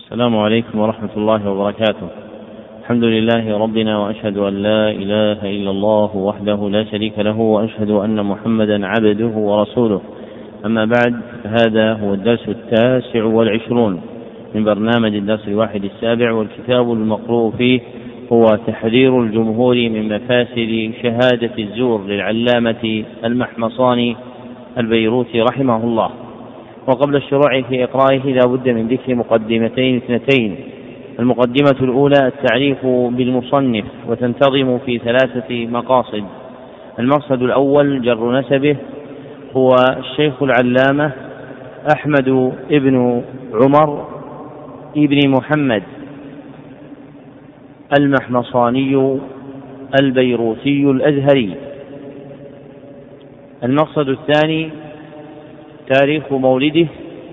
السلام عليكم ورحمة الله وبركاته. الحمد لله ربنا، وأشهد أن لا إله إلا الله وحده لا شريك له، وأشهد أن محمدا عبده ورسوله. أما بعد، هذا هو الدرس 29 من برنامج الدرس 71، والكتاب المقروء فيه هو تحذير الجمهور من مفاسد شهادة الزور للعلامة المحمصاني البيروتي رحمه الله. وقبل الشروع في إقرائه لا بد من ذكر مقدمتين اثنتين. المقدمة الأولى التعريف بالمصنف، وتنتظم في 3 مقاصد. المقصد الأول جر نسبه، هو الشيخ العلامة أحمد ابن عمر ابن محمد المحمصاني البيروتي الأزهري. المقصد الثاني تاريخ مولده،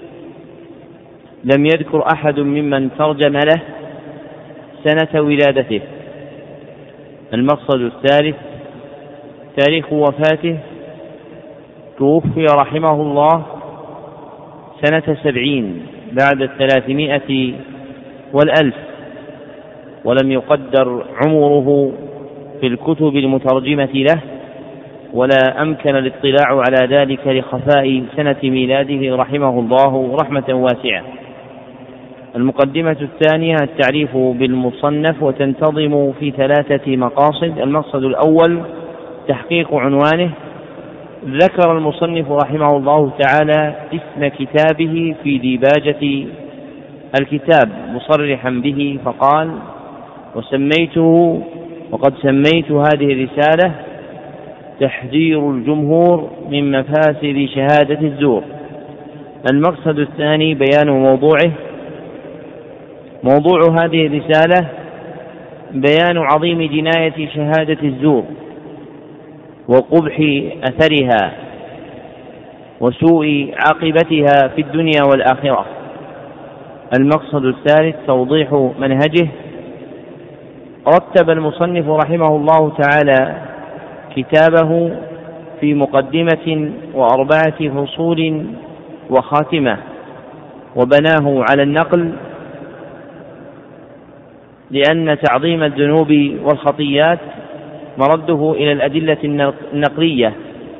لم يذكر أحد ممن ترجم له سنة ولادته. المقصد الثالث تاريخ وفاته، توفي رحمه الله سنة 70 بعد 300 و1000، ولم يقدر عمره في الكتب المترجمة له، ولا أمكن الاطلاع على ذلك لخفاء سنة ميلاده رحمه الله رحمة واسعة. المقدمة الثانية التعريف بالمصنف، وتنتظم في 3 مقاصد. المقصد الأول تحقيق عنوانه. ذكر المصنف رحمه الله تعالى اسم كتابه في ديباجة الكتاب مصرحا به، فقال: وقد سميت هذه الرسالة تحذير الجمهور من مفاسد شهادة الزور. المقصد الثاني بيان موضوعه. موضوع هذه الرسالة بيان عظيم جناية شهادة الزور، وقبح أثرها، وسوء عاقبتها في الدنيا والآخرة. المقصد الثالث توضيح منهجه. رتب المصنف رحمه الله تعالى كتابه في مقدمة و4 فصول وخاتمة، وبناه على النقل، لأن تعظيم الذنوب والخطيات مرده إلى الأدلة النقلية،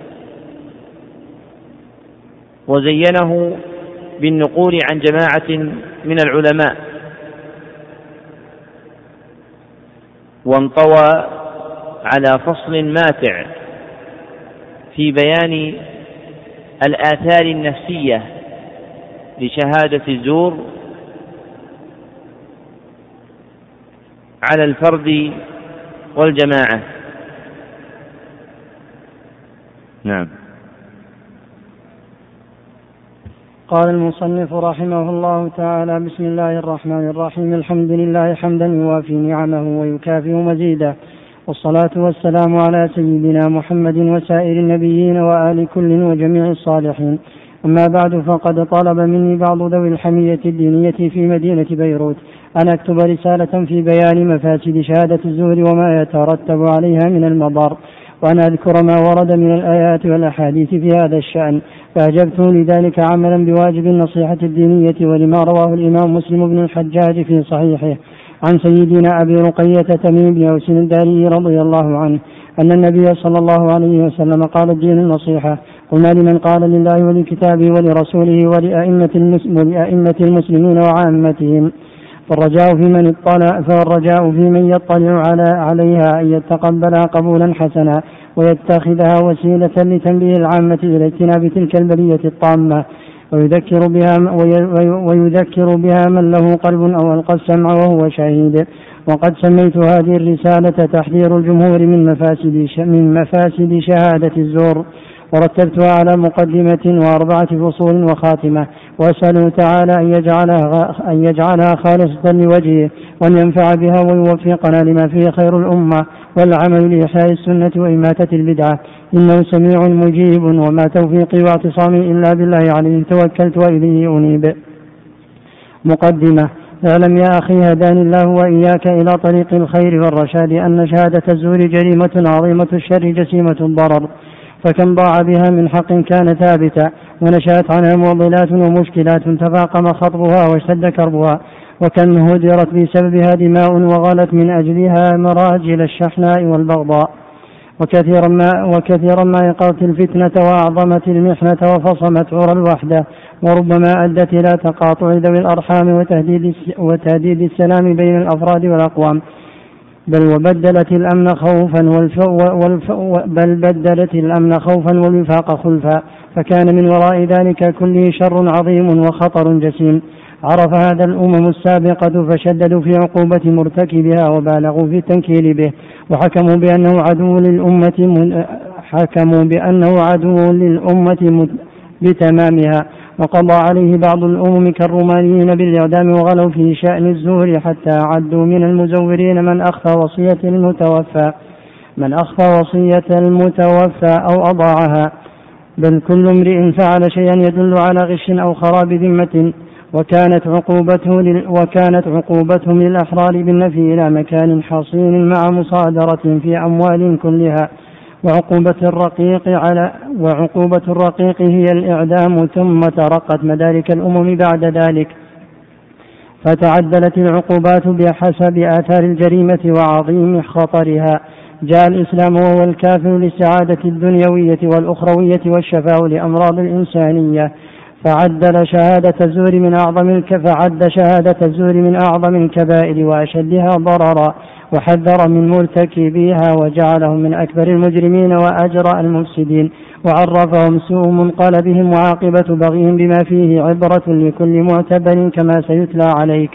وزينه بالنقول عن جماعة من العلماء، وانطوى على فصل ماتع في بيان الآثار النفسية لشهادة الزور على الفرد والجماعة. نعم. قال المصنف رحمه الله تعالى: بسم الله الرحمن الرحيم. الحمد لله حمدا يوافي نعمه ويكافئ مزيدا، والصلاة والسلام على سيدنا محمد وسائر النبيين وآل كل وجميع الصالحين. أما بعد، فقد طلب مني بعض ذوي الحمية الدينية في مدينة بيروت أن أكتب رسالة في بيان مفاسد شهادة الزور وما يترتب عليها من المضار، وأن أذكر ما ورد من الآيات والأحاديث في هذا الشأن، فأجبته لذلك عملا بواجب النصيحة الدينية، ولما رواه الإمام مسلم بن الحجاج في صحيحه عن سيدنا أبي رقية تميم بن أوس الداري رضي الله عنه أن النبي صلى الله عليه وسلم قال: الدين النصيحة. قلنا: لمن؟ قال: لله ولكتابه ولرسوله ولأئمة المسلمين وعامتهم. فالرجاء في من يطلع عليها أن يتقبلها قبولا حسنا، ويتخذها وسيلة لتنبيه العامة إلى اجتناب تلك البلية الطامة، ويذكر بها من له قلب أو ألقى السمع وهو شهيد. وقد سميت هذه الرسالة تحذير الجمهور من مفاسد شهادة الزور، ورتبتها على مقدمة و4 فصول وخاتمة، وأسأله تعالى أن يجعلها خالصة لوجهه، وأن ينفع بها ويوفقنا لما فيه خير الأمة والعمل لإحياء السنة وإماتة البدعة، إنه سميع مجيب، وما توفيقي واعتصامي إلا بالله، عليه توكلت وإليه أنيب. مقدمة. اعلم يا أخي هداني الله وإياك إلى طريق الخير والرشاد أن شهادة الزور جريمة عظيمة الشر جسيمة الضرر، فكم ضاع بها من حق كان ثابتا، ونشأت عنها معضلات ومشكلات تفاقم خطبها واشتد كربها، وكم هدرت بسببها دماء وغلت من أجلها مراجل الشحناء والبغضاء، وكثيرا ما يقضت الفتنة وأعظمت المحنة وفصمت عرى الوحدة، وربما أدت إلى تقاطع ذوي الأرحام وتهديد السلام بين الأفراد والأقوام، بل بدلت الأمن خوفا والوفاق خلفا، فكان من وراء ذلك كله شر عظيم وخطر جسيم. عرف هذا الأمم السابقة فشددوا في عقوبة مرتكبها وبالغوا في التنكيل به، وحكموا بأنه عدو للأمة بتمامها، وقضى عليه بعض الأمم كالرومانيين بالإعدام، وغلوا في شأن الزور حتى عدوا من المزورين من أخفى وصية المتوفى أو أضاعها، بل كل امرئ فعل شيئا يدل على غش أو خراب ذمة، وكانت عقوبتهم للأحرار بالنفي إلى مكان حصين مع مصادرة في أموال كلها، وعقوبة الرقيق هي الإعدام، ثم ترقت مدارك الأمم بعد ذلك فتعدلت العقوبات بحسب آثار الجريمة وعظيم خطرها. جاء الإسلام وهو الكافر للسعادة الدنيوية والأخروية والشفاء لأمراض الإنسانية، فعد شهادة الزور من أعظم الكبائر وأشدها ضررا، وحذر من مرتكبيها وجعلهم من أكبر المجرمين وأجرأ المفسدين، وعرفهم سوء منقلبهم وعاقبة بغيهم بما فيه عبرة لكل معتبر كما سيتلى عليك.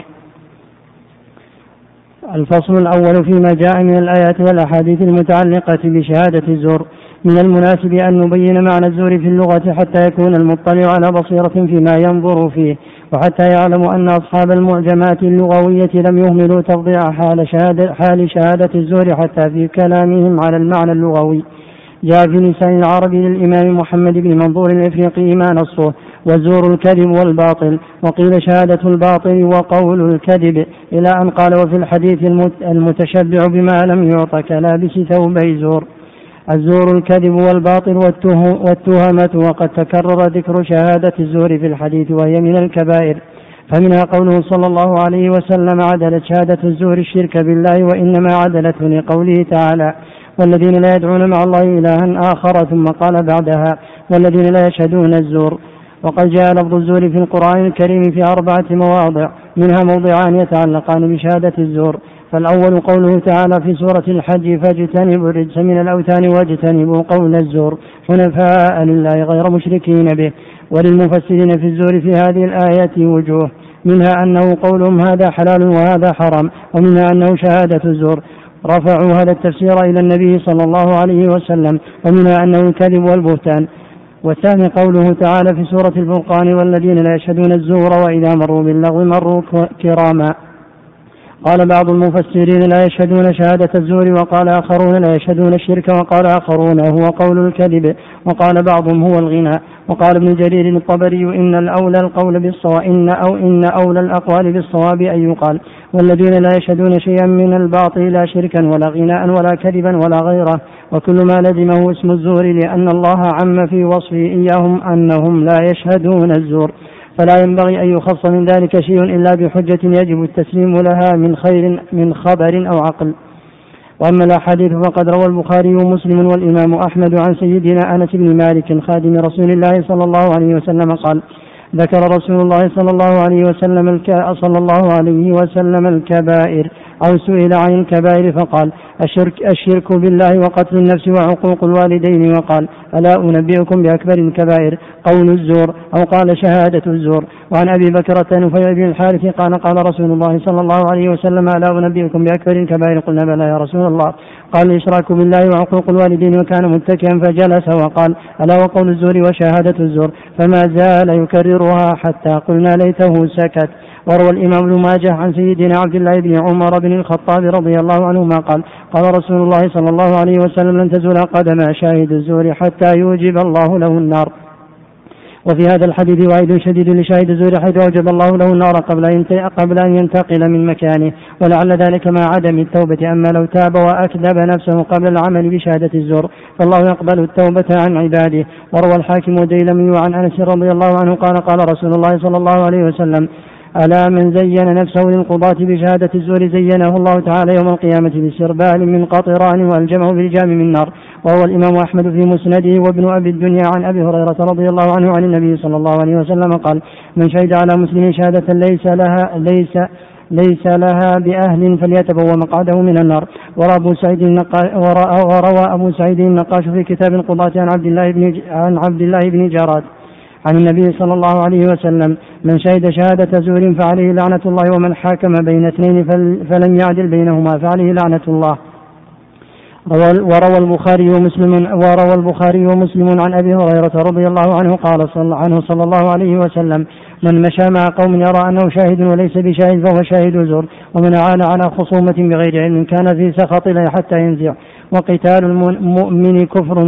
الفصل الأول فيما جاء من الآيات والأحاديث المتعلقة بشهادة الزور. من المناسب أن نبين معنى الزور في اللغة حتى يكون المطلع على بصيرة فيما ينظر فيه، وحتى يعلم أن أصحاب المعجمات اللغوية لم يهملوا تفضيع حال شهادة الزور حتى في كلامهم على المعنى اللغوي. جاء في لسان العربي للإمام محمد بن منظور الإفريقي ما نصه: والزور الكذب والباطل، وقيل شهادة الباطل وقول الكذب، إلى أن قال: وفي الحديث المتشبع بما لم يعط كلابس ثوبي زور. الزور الكذب والباطل والتهمة، وقد تكرر ذكر شهادة الزور في الحديث وهي من الكبائر، فمنها قوله صلى الله عليه وسلم: عدلت شهادة الزور الشرك بالله، وإنما عدلته لقوله تعالى: والذين لا يدعون مع الله إلها آخر، ثم قال بعدها: والذين لا يشهدون الزور. وقد جاء لفظ الزور في القرآن الكريم في 4 مواضع، منها موضعان يتعلقان بشهادة الزور. فالأول قوله تعالى في سورة الحج: فاجتنبوا الرجس من الأوثان واجتنبوا قول الزور حنفاء لله غير مشركين به. وللمفسرين في الزور في هذه الآيات وجوه، منها أنه قولهم هذا حلال وهذا حرام، ومنها أنه شهادة الزور، رفعوا هذا التفسير إلى النبي صلى الله عليه وسلم، ومنها أنه الكذب والبهتان. والثاني قوله تعالى في سورة الفرقان: والذين لا يشهدون الزور وإذا مروا باللغو مروا كراما. قال بعض المفسرين: لا يشهدون شهادة الزور، وقال آخرون: لا يشهدون الشرك، وقال آخرون: هو قول الكذب، وقال بعضهم: هو الغنى. وقال ابن جرير الطبري: إن أولى الأقوال بالصواب أن يقال: والذين لا يشهدون شيئا من الباطل لا شركا ولا غناء ولا كذبا ولا غيره، وكل ما لزمه اسم الزور، لأن الله عم في وصفه إياهم أنهم لا يشهدون الزور، فلا ينبغي أن يخص من ذلك شيء إلا بحجة يجب التسليم لها من خبر أو عقل. وأما الأحاديث فقد روى البخاري ومسلم والإمام أحمد عن سيدنا أنس بن مالك خادم رسول الله صلى الله عليه وسلم قال: ذكر رسول الله صلى الله عليه وسلم الكبائر، أو سئل عن الكبائر فقال: الشرك بالله وقتل النفس وعقوق الوالدين، وقال: ألا أنبئكم بأكبر الكبائر؟ قول الزور، أو قال شهادة الزور. وعن أبي بكرة نفيع بن الحارث قال: قال رسول الله صلى الله عليه وسلم: ألا أنبئكم بأكبر الكبائر؟ قلنا: بلى يا رسول الله. قال: الإشراك بالله وعقوق الوالدين، وكان متكئا فجلس وقال: ألا وقول الزور وشهادة الزور، فما زال يكررها حتى قلنا ليته سكت. وروى الإمام ابن ماجه عن سيدنا عبد الله بن عمر بن الخطاب رضي الله عنهما قال: قال رسول الله صلى الله عليه وسلم: لن تزول قدم شاهد الزور حتى يوجب الله له النار. وفي هذا الحديث وعيد شديد لشاهد الزور، حيث أوجب الله له النار قبل أن ينتقل من مكانه، ولعل ذلك مع عدم التوبة. أما لو تاب وأكذب نفسه قبل العمل بشهادة الزور فالله يقبل التوبة عن عباده. وروى الحاكم والديلمي عن أنس رضي الله عنه قال: قال رسول الله صلى الله عليه وسلم: ألا من زين نفسه للقضاة بشهادة الزور زينه الله تعالى يوم القيامة بسربال من قطران وألجمه بالجام من نار. وهو الإمام أحمد في مسنده وابن أبي الدنيا عن أبي هريرة رضي الله عنه عن النبي صلى الله عليه وسلم قال: من شهد على مسلم شهادة ليس لها بأهل فليتبوأ مقعده من النار. وروى أبو سعيد النقاش في كتاب القضاة عن عبد الله بن جارات عن النبي صلى الله عليه وسلم: من شهد شهادة زور فعليه لعنة الله، ومن حاكم بين اثنين فلم يعدل بينهما فعليه لعنة الله. وروى البخاري ومسلم عن أبي هريرة رضي الله عنه قال صلى الله عليه وسلم: من مشى مع قوم يرى أنه شاهد وليس بشاهد فهو شاهد زور، ومن عان على خصومة بغير علم كان في سخط الله حتى ينزع. وقتال المؤمن كفر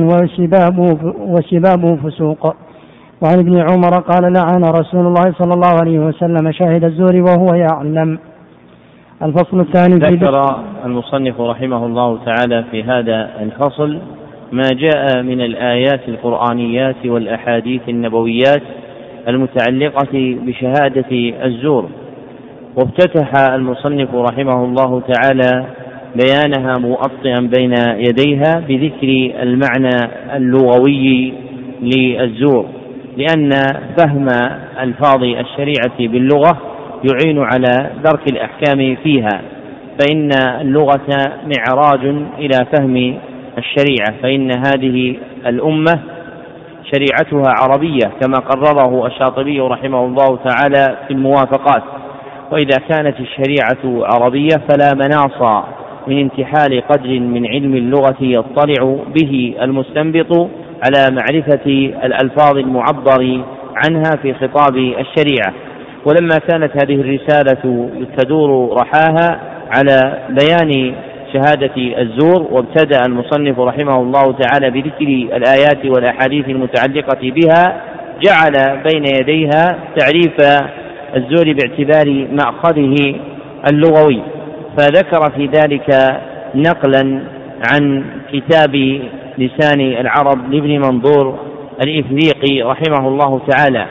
وسبابه فسوق. وعن ابن عمر قال: لعن رسول الله صلى الله عليه وسلم شاهد الزور وهو يعلم. الفصل الثاني. ذكر المصنف رحمه الله تعالى في هذا الفصل ما جاء من الآيات القرآنيات والأحاديث النبويات المتعلقة بشهادة الزور، وافتتح المصنف رحمه الله تعالى بيانها مؤطئا بين يديها بذكر المعنى اللغوي للزور، لأن فهم ألفاظ الشريعة باللغة يعين على درك الأحكام فيها، فإن اللغة معراج إلى فهم الشريعة، فإن هذه الأمة شريعتها عربية كما قرره الشاطبي رحمه الله تعالى في الموافقات. وإذا كانت الشريعة عربية فلا مناص من انتحال قدر من علم اللغة يطلع به المستنبط على معرفة الألفاظ المعبر عنها في خطاب الشريعة. ولما كانت هذه الرسالة تدور رحاها على بيان شهادة الزور، وابتدأ المصنف رحمه الله تعالى بذكر الآيات والأحاديث المتعلقة بها، جعل بين يديها تعريف الزور باعتبار مأخذه اللغوي، فذكر في ذلك نقلا عن كتاب لسان العرب لابن منظور الإفريقي رحمه الله تعالى.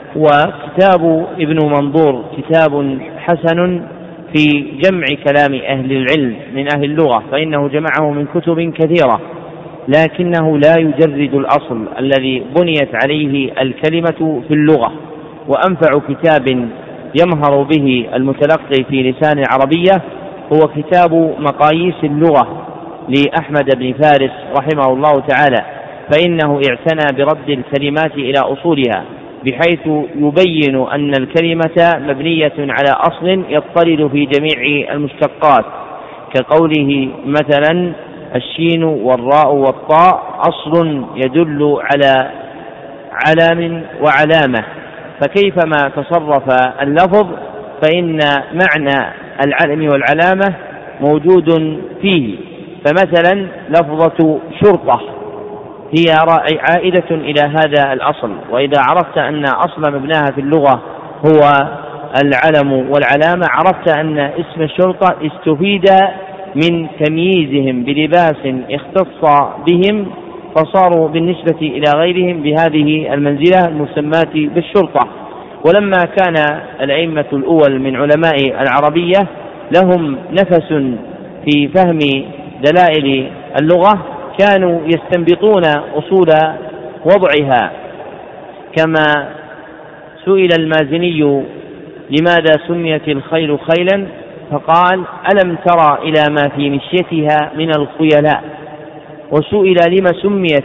وكتاب ابن منظور كتاب حسن في جمع كلام أهل العلم من أهل اللغة، فإنه جمعه من كتب كثيرة، لكنه لا يجرد الأصل الذي بنيت عليه الكلمة في اللغة. وأنفع كتاب يمهر به المتلقي في لسان العربية هو كتاب مقاييس اللغة لأحمد بن فارس رحمه الله تعالى، فإنه اعتنى برد الكلمات إلى أصولها، بحيث يبين أن الكلمة مبنية على أصل يضطرد في جميع المشتقات، كقوله مثلا: الشين والراء والطاء أصل يدل على علام وعلامة، فكيفما تصرف اللفظ فإن معنى العلم والعلامة موجود فيه. فمثلا لفظة شرطة هي عائدة إلى هذا الأصل، وإذا عرفت أن أصل مبناها في اللغة هو العلم والعلامة عرفت أن اسم الشرطة استفيد من تمييزهم بلباس اختص بهم، فصاروا بالنسبة إلى غيرهم بهذه المنزلة المسماة بالشرطة. ولما كان الأئمة الأول من علماء العربية لهم نفس في فهم دلائل اللغة كانوا يستنبطون أصول وضعها، كما سئل المازني: لماذا سميت الخيل خيلا؟ فقال: ألم ترى إلى ما في مشيتها من الخيلاء. وسئل: لما سميت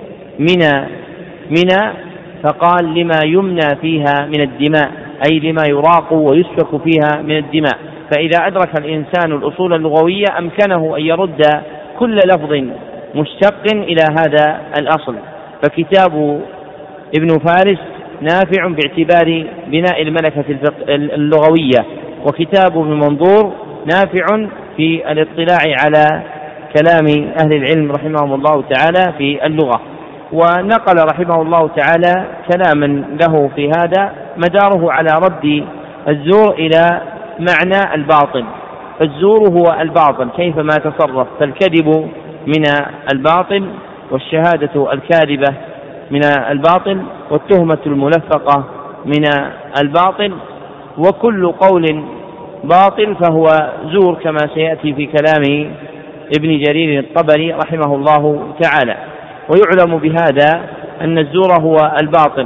منى؟ فقال: لما يمنى فيها من الدماء، أي لما يراق ويسفك فيها من الدماء. فإذا أدرك الإنسان الأصول اللغوية أمكنه أن يرد كل لفظ مشتق إلى هذا الأصل. فكتاب ابن فارس نافع باعتبار بناء الملكة اللغوية، وكتاب ابن منظور نافع في الاطلاع على كلام أهل العلم رحمهم الله تعالى في اللغة. ونقل رحمه الله تعالى كلاما له في هذا مداره على رد الزور إلى معنى الباطل، فالزور هو الباطل كيفما تصرف، فالكذب من الباطل، والشهادة الكاذبة من الباطل، والتهمة الملفقة من الباطل، وكل قول باطل فهو زور كما سيأتي في كلام ابن جرير الطبري رحمه الله تعالى. ويعلم بهذا أن الزور هو الباطل،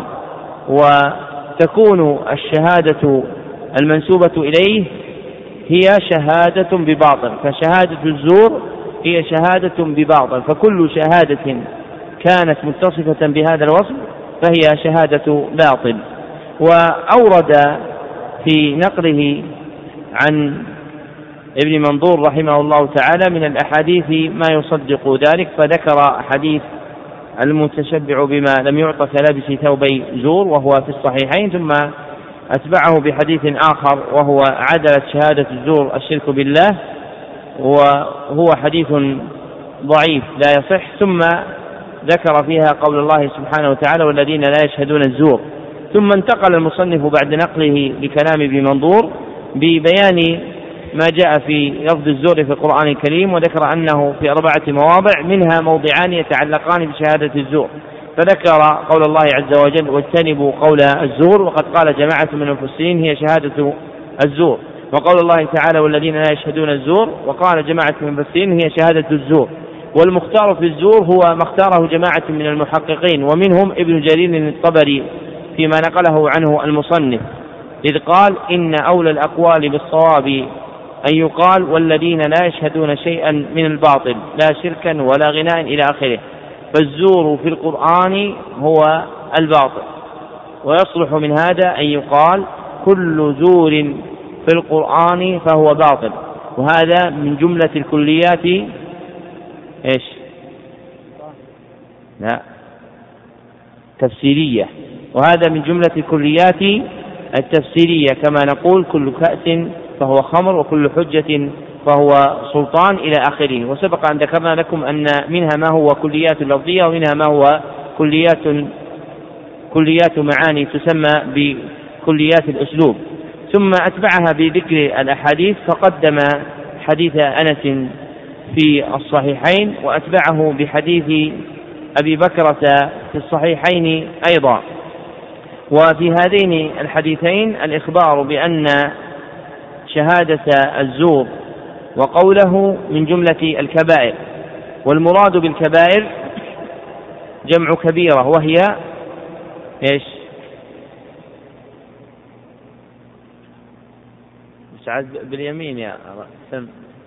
وتكون الشهادة المنسوبة إليه هي شهادة بباطل، فشهادة الزور هي شهادة بباطل، فكل شهادة كانت متصفة بهذا الوصف فهي شهادة باطل. وأورد في نقله عن ابن منظور رحمه الله تعالى من الأحاديث ما يصدق ذلك، فذكر حديث المتشبع بما لم يعط كلابس ثوبي زور وهو في الصحيحين، ثم أتبعه بحديث آخر وهو عدلت شهادة الزور الشرك بالله، وهو حديث ضعيف لا يصح، ثم ذكر فيها قول الله سبحانه وتعالى والذين لا يشهدون الزور. ثم انتقل المصنف بعد نقله لكلام ابن منظور ببيان ما جاء في لفظ الزور في القرآن الكريم، وذكر أنه في 4 مواضع منها موضعان يتعلقان بشهادة الزور، فذكر قول الله عز وجل واجتنبوا قول الزور، وقد قال جماعة من المفسرين هي شهادة الزور، وقول الله تعالى والذين لا يشهدون الزور، وقال جماعة من المفسرين هي شهادة الزور. والمختار في الزور هو ما اختاره جماعة من المحققين، ومنهم ابن جرير الطبري فيما نقله عنه المصنف، إذ قال إن أولى الأقوال بالصواب أن يقال والذين لا يشهدون شيئا من الباطل لا شركا ولا غناء إلى آخره، فالزور في القرآن هو الباطل، ويصلح من هذا أن يقال كل زور في القرآن فهو باطل، وهذا من جملة الكليات إيش؟ لا تفسيرية، وهذا من جملة الكليات التفسيرية، كما نقول كل كأس فهو خمر وكل حجة فهو سلطان إلى آخره. وسبق أن ذكرنا لكم أن منها ما هو كليات لفظية ومنها ما هو كليات معاني تسمى بكليات الأسلوب. ثم أتبعها بذكر الأحاديث، فقدم حديث أنس في الصحيحين، وأتبعه بحديث أبي بكرة في الصحيحين أيضا. وفي هذين الحديثين الإخبار بأن شهادة الزور وقوله من جملة الكبائر، والمراد بالكبائر جمع كبيرة وهي إيش؟ سعد باليمين يا سم.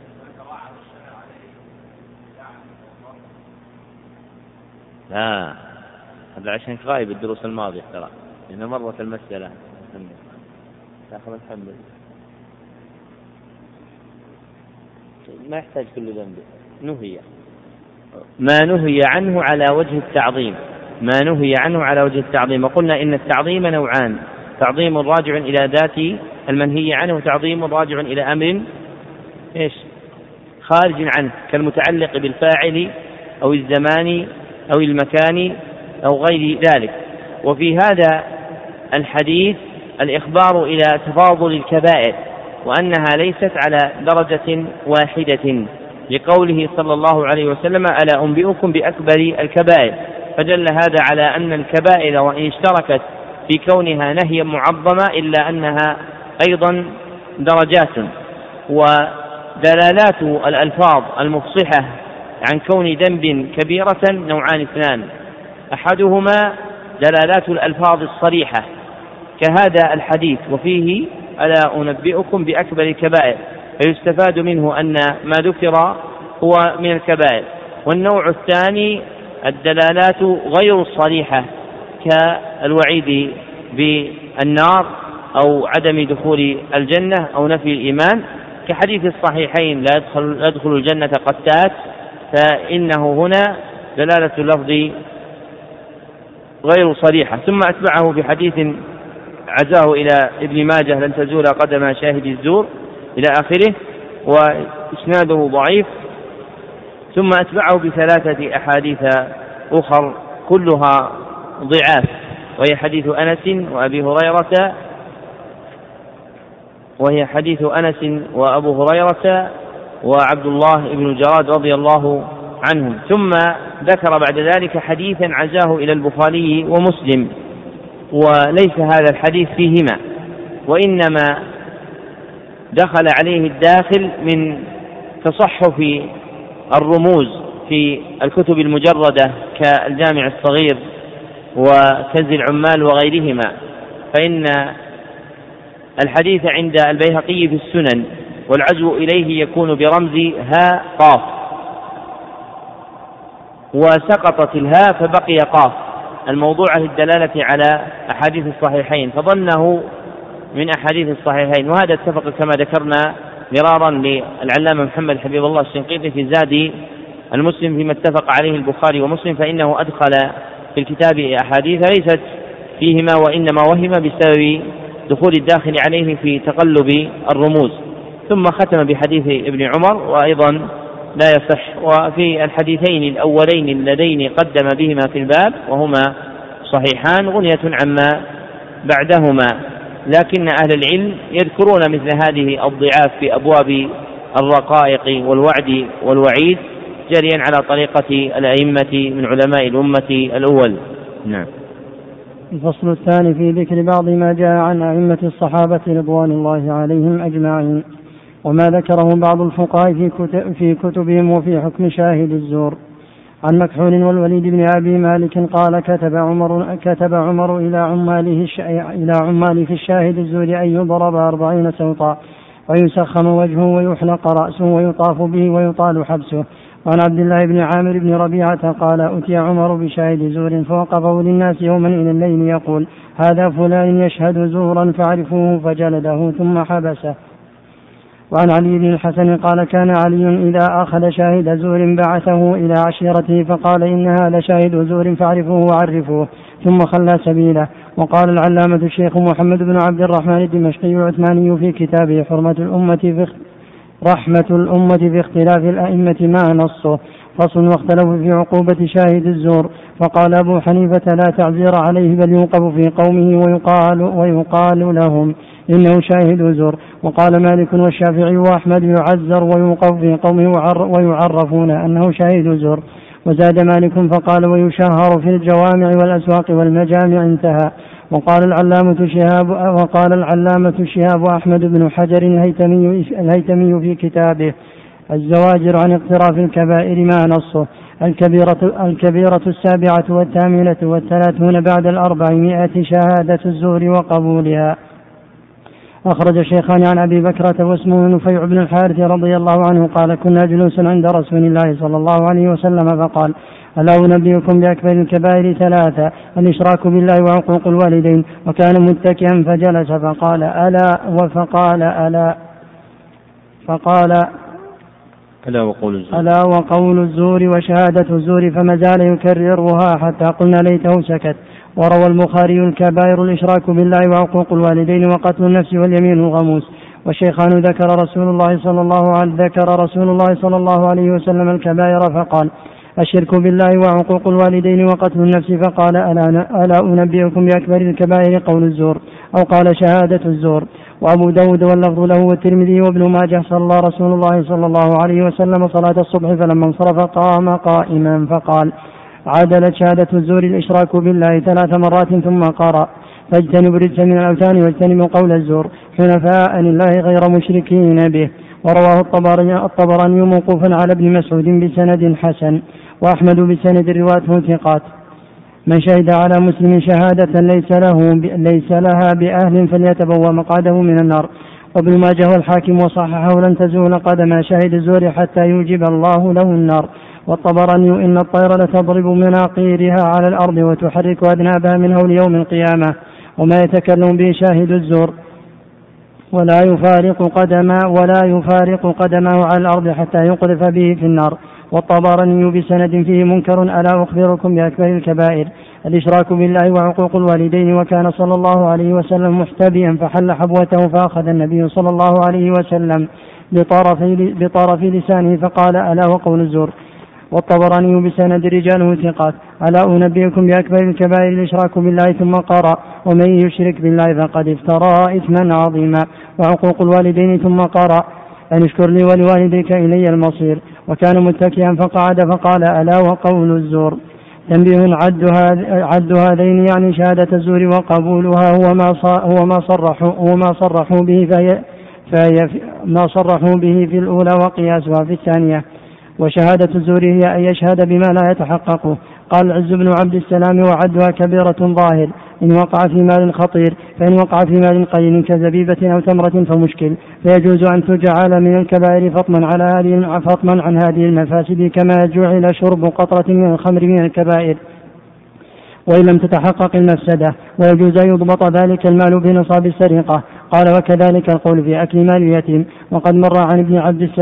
لا هذا عشان غايب الدروس الماضية ترى، لأن مرت المسألة تأخذ تحمل ما يحتاج كل ذنب. نهي ما نهي عنه على وجه التعظيم، ما نهي عنه على وجه التعظيم. وقلنا إن التعظيم نوعان: تعظيم راجع إلى ذات المنهي عنه، وتعظيم راجع إلى أمر إيش خارج عنه كالمتعلق بالفاعل أو الزمان أو المكان أو غير ذلك. وفي هذا الحديث الإخبار إلى تفاضل الكبائر، وأنها ليست على درجة واحدة، لقوله صلى الله عليه وسلم ألا أنبئكم بأكبر الكبائر، فدل هذا على أن الكبائر وإن اشتركت في كونها نهيا معظمة إلا أنها أيضا درجات. ودلالات الألفاظ المفصحة عن كون ذنب كبيرة نوعان اثنان: أحدهما دلالات الألفاظ الصريحة كهذا الحديث وفيه ألا أنبئكم بأكبر الكبائر، فيستفاد منه أن ما ذكر هو من الكبائر. والنوع الثاني الدلالات غير الصريحة كالوعيد بالنار أو عدم دخول الجنة أو نفي الإيمان، كحديث الصحيحين لا يدخل الجنة قتات، فإنه هنا دلالة اللفظ غير صريحة. ثم أتبعه بحديث عزاه إلى ابن ماجه لن تزول قدم شاهد الزور إلى آخره، وإسناده ضعيف. ثم أتبعه بثلاثة أحاديث أخر كلها ضعاف، وهي حديث أنس وأبو هريرة وعبد الله بن جراد رضي الله عنهم. ثم ذكر بعد ذلك حديثا عزاه إلى البخاري ومسلم، وليس هذا الحديث فيهما، وإنما دخل عليه الداخل من تصحف الرموز في الكتب المجردة كالجامع الصغير وكنز العمال وغيرهما، فإن الحديث عند البيهقي في السنن والعزو إليه يكون برمز هاء قاف، وسقطت الهاء فبقي قاف الموضوع للدلالة على أحاديث الصحيحين، فظنه من أحاديث الصحيحين. وهذا اتفق كما ذكرنا مرارا للعلامة محمد حبيب الله الشنقيطي في زاد المسلم فيما اتفق عليه البخاري ومسلم، فإنه أدخل في الكتاب أحاديث ليست فيهما وإنما وهم بسبب دخول الداخل عليه في تقلب الرموز. ثم ختم بحديث ابن عمر وأيضا لا يصح. وفي الحديثين الأولين اللذين قدم بهما في الباب وهما صحيحان غنية عما بعدهما، لكن أهل العلم يذكرون مثل هذه الضعاف في أبواب الرقائق والوعد والوعيد جريا على طريقة الأئمة من علماء الأمة الأول. نعم. الفصل الثاني في ذكر بعض ما جاء عن أئمة الصحابة رضوان الله عليهم أجمعين وما ذكره بعض الفقهاء في كتبهم وفي حكم شاهد الزور. عن مكحول والوليد بن أبي مالك قال كتب عمر إلى عماله في الشاهد الزور أن يضرب 40 سوطا ويسخم وجهه ويحلق رأسه ويطاف به ويطال حبسه. وعن عبد الله بن عامر بن ربيعة قال أتي عمر بشاهد زور فوقفه للناس يوما إلى الليل يقول هذا فلان يشهد زورا فاعرفوه، فجلده ثم حبسه. وعن علي بن الحسن قال كان علي إذا أخذ شاهد زور بعثه إلى عشيرته فقال إنها لشاهد زور فاعرفوه وعرفوه، ثم خلى سبيله. وقال العلامة الشيخ محمد بن عبد الرحمن الدمشقي العثماني في كتابه رحمة الأمة في اختلاف الأئمة ما نصه فصل واختلفوا في عقوبة شاهد الزور، فقال أبو حنيفة لا تعزير عليه بل يوقف في قومه ويقال لهم إنه شاهد زور. وقال مالك والشافعي وأحمد يعزر ويوقف في قومه ويعرفون أنه شاهد زور. وزاد مالك فقال ويشهر في الجوامع والأسواق والمجامع انتهى. وقال العلامة شهاب أحمد بن حجر الهيتمي في كتابه الزواجر عن اقتراف الكبائر ما نصه الكبيرة 7 و38 بعد 400 شهادة الزور وقبولها. أخرج الشيخان عن أبي بكرة واسمه نفيع بن الحارث رضي الله عنه قال كنا جلوسا عند رسول الله صلى الله عليه وسلم فقال ألا أنبئكم بأكبر الكبائر 3 الإشراك بالله وعقوق الوالدين، وكان متكئا فجلس فقال ألا وقول الزور وشهادة الزور، فما زال يكررها حتى قلنا ليته سكت. وروى البخاري الكبائر الإشراك بالله وعقوق الوالدين وقتل النفس واليمين الغموس. والشيخان ذكر رسول الله صلى الله عليه وسلم الكبائر فقال الشرك بالله وعقوق الوالدين وقتل النفس، فقال ألا أنبئكم بأكبر الكبائر قول الزور أو قال شهادة الزور. وأبو داود واللفظ له والترمذي وابن ماجه صلى رسول الله صلى الله عليه وسلم صلاة الصبح فلما انصرف قام قائما فقال عدلت شهادة الزور الإشراك بالله 3 مرات ثم قرأ فاجتنبوا الرجس من الأوثان واجتنبوا قول الزور حنفاء لله غير مشركين به. ورواه الطبراني موقوفا على ابن مسعود بسند حسن، وأحمد بسند رواته ثقات. من شهد على مسلم شهادة ليس لها بأهل فليتبوأ مقعده من النار. وابن ماجه والحاكم وصححه لن تزول قدم شاهد الزور حتى يوجب الله له النار. والطبراني إن الطير لتضرب مناقيرها على الأرض وتحرك أذنابها من هول يوم القيامة، وما يتكلم به شاهد الزور ولا يفارق قدمه على الأرض حتى يقذف به في النار. والطبراني بسند فيه منكر ألا أخبركم بأكبر الكبائر الإشراك بالله وعقوق الوالدين. وكان صلى الله عليه وسلم محتبيا فحل حبوته فأخذ النبي صلى الله عليه وسلم بطرف لسانه فقال ألا وقول الزور. والطبراني بسند رجاله ثقات ألا أنبئكم بأكبر الكبائر الإشراك بالله ثم قرأ ومن يشرك بالله فقد افترى إثما عظيما. وعقوق الوالدين ثم قرأ أن اشكر لي ولوالديك إلي المصير. وكان متكئا فقعد فقال ألا وقول الزور. تنبيه: عد هذين يعني شهادة الزور وقبولها هو ما صرحوا به ما صرحوا به في الأولى وقياسها في الثانية. وشهادة الزور هي أن يشهد بما لا يتحقق. قال العز بن عبد السلام: وعدها كبيرة ظاهر إن وقع في مال خطير، فإن وقع في مال قليل كزبيبة أو تمرة فمشكل، فيجوز أن تجعل من الكبائر فطما عن هذه المفاسد، كما جعل شرب قطرة من الخمر من الكبائر وإن لم تتحقق المفسدة، ويجوز أن يضبط ذلك المال بنصاب السرقة. قال: وكذلك القول في أكل مال اليتيم. وقد مر عن ابن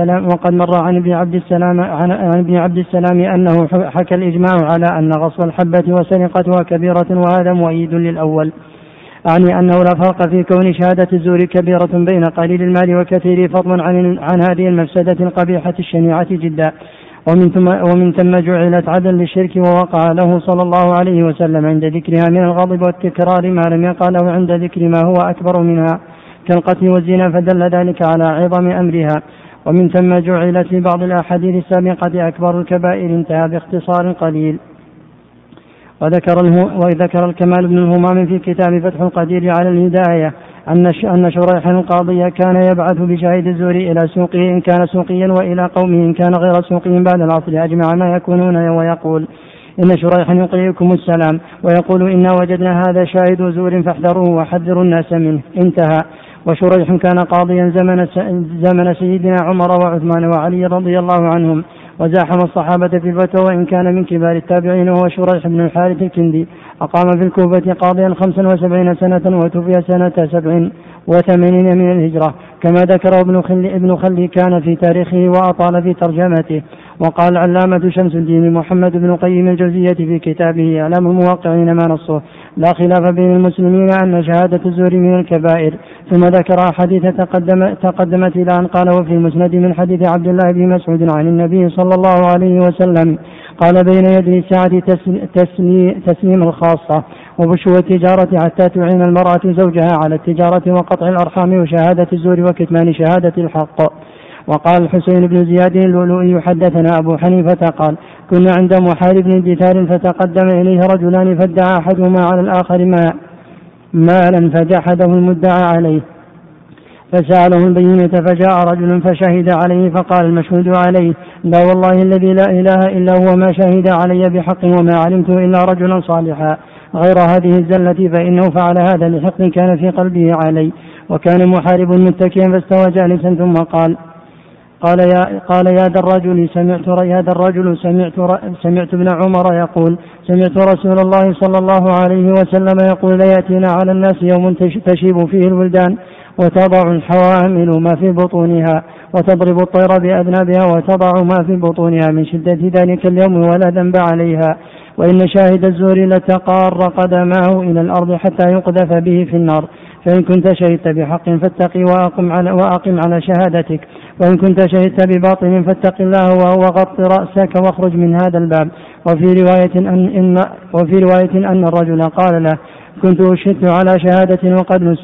عبد السلام أنه حكى الإجماع على أن غصب الحبة وسرقتها كبيرة، وهذا مؤيد للأول. أعني أنه لا فرق في كون شهادة الزور كبيرة بين قليل المال وكثير فضلا عن هذه المفسدة القبيحة الشنيعة جدا. ومن ثم جعلت عدا للشرك، ووقع له صلى الله عليه وسلم عند ذكرها من الغضب والتكرار ما لم يقاله عند ذكر ما هو أكبر منها كالقتل والزنا، فدل ذلك على عظم أمرها. ومن ثم جعلت في بعض الأحاديث السابقة أكبر الكبائر، انتهى باختصار قليل. وذكر الكمال بن الهمام في كتاب فتح القدير على الهداية أن شريحا القاضي كان يبعث بشاهد الزور إلى سوقه إن كان سوقيا، وإلى قومه إن كان غير سوقي بعد العصر أجمع ما يكونون، ويقول: إن شريحا يقرئكم السلام ويقول: إنا وجدنا هذا شاهد زور فاحذروه وحذروا الناس منه، انتهى. وشريح كان قاضيا زمن سيدنا عمر وعثمان وعلي رضي الله عنهم، وزاحم الصحابة في الفتوى، وإن كان من كبار التابعين، وهو شريح بن الحارث الكندي. أقام في الكوفة قاضيا 75 سنة، وتوفي سنة 87 من الهجرة، كما ذكر ابن خلي كان في تاريخه وأطال في ترجمته. وقال العلامة شمس الدين محمد بن قيم الجوزية في كتابه إعلام الموقعين ما نصه: لا خلاف بين المسلمين أن شهادة الزور من الكبائر. ثم ذكر حديث تقدمت إلى أن قال: وفي المسند من حديث عبد الله بن مسعود عن النبي صلى الله عليه وسلم قال: بين يدي الساعة تسليم الخاصة وبشوى التجارة حتى تعين المرأة زوجها على التجارة وقطع الأرحام وشهادة الزور وكتمان شهادة الحق. وقال الحسين بن زياد اللؤلؤي: حدثنا أبو حنيفة قال: كنا عند محارب بن دثار فتقدم إليه رجلان فادعى أحدهما على الآخر مالا فجحده المدعى عليه، فسأله البينة، فجاء رجل فشهد عليه، فقال المشهود عليه: لا والله الذي لا إله إلا هو ما شهد علي بحق، وما علمت إلا رجلا صالحا غير هذه الزلة، فإنه فعل هذا لحق كان في قلبه علي. وكان محارب متكئا فاستوى جالسا، ثم قال يا ذا الرجل سمعت ابن عمر يقول: سمعت رسول الله صلى الله عليه وسلم يقول: ليأتينا على الناس يوم تشيب فيه الولدان وتضع الحوامل ما في بطونها وتضرب الطير بأذنابها وتضع ما في بطونها من شدة ذلك اليوم ولا ذنب عليها، وإن شاهد الزور لتقار قدماه إلى الأرض حتى يقذف به في النار. فإن كنت شهدت بحق فاتقي وأقم على شهادتك، وإن كنت شهدت بباطل فاتق الله وغط رأسك واخرج من هذا الباب. وفي رواية أن الرجل قال له: كنت أشهدت على شهادة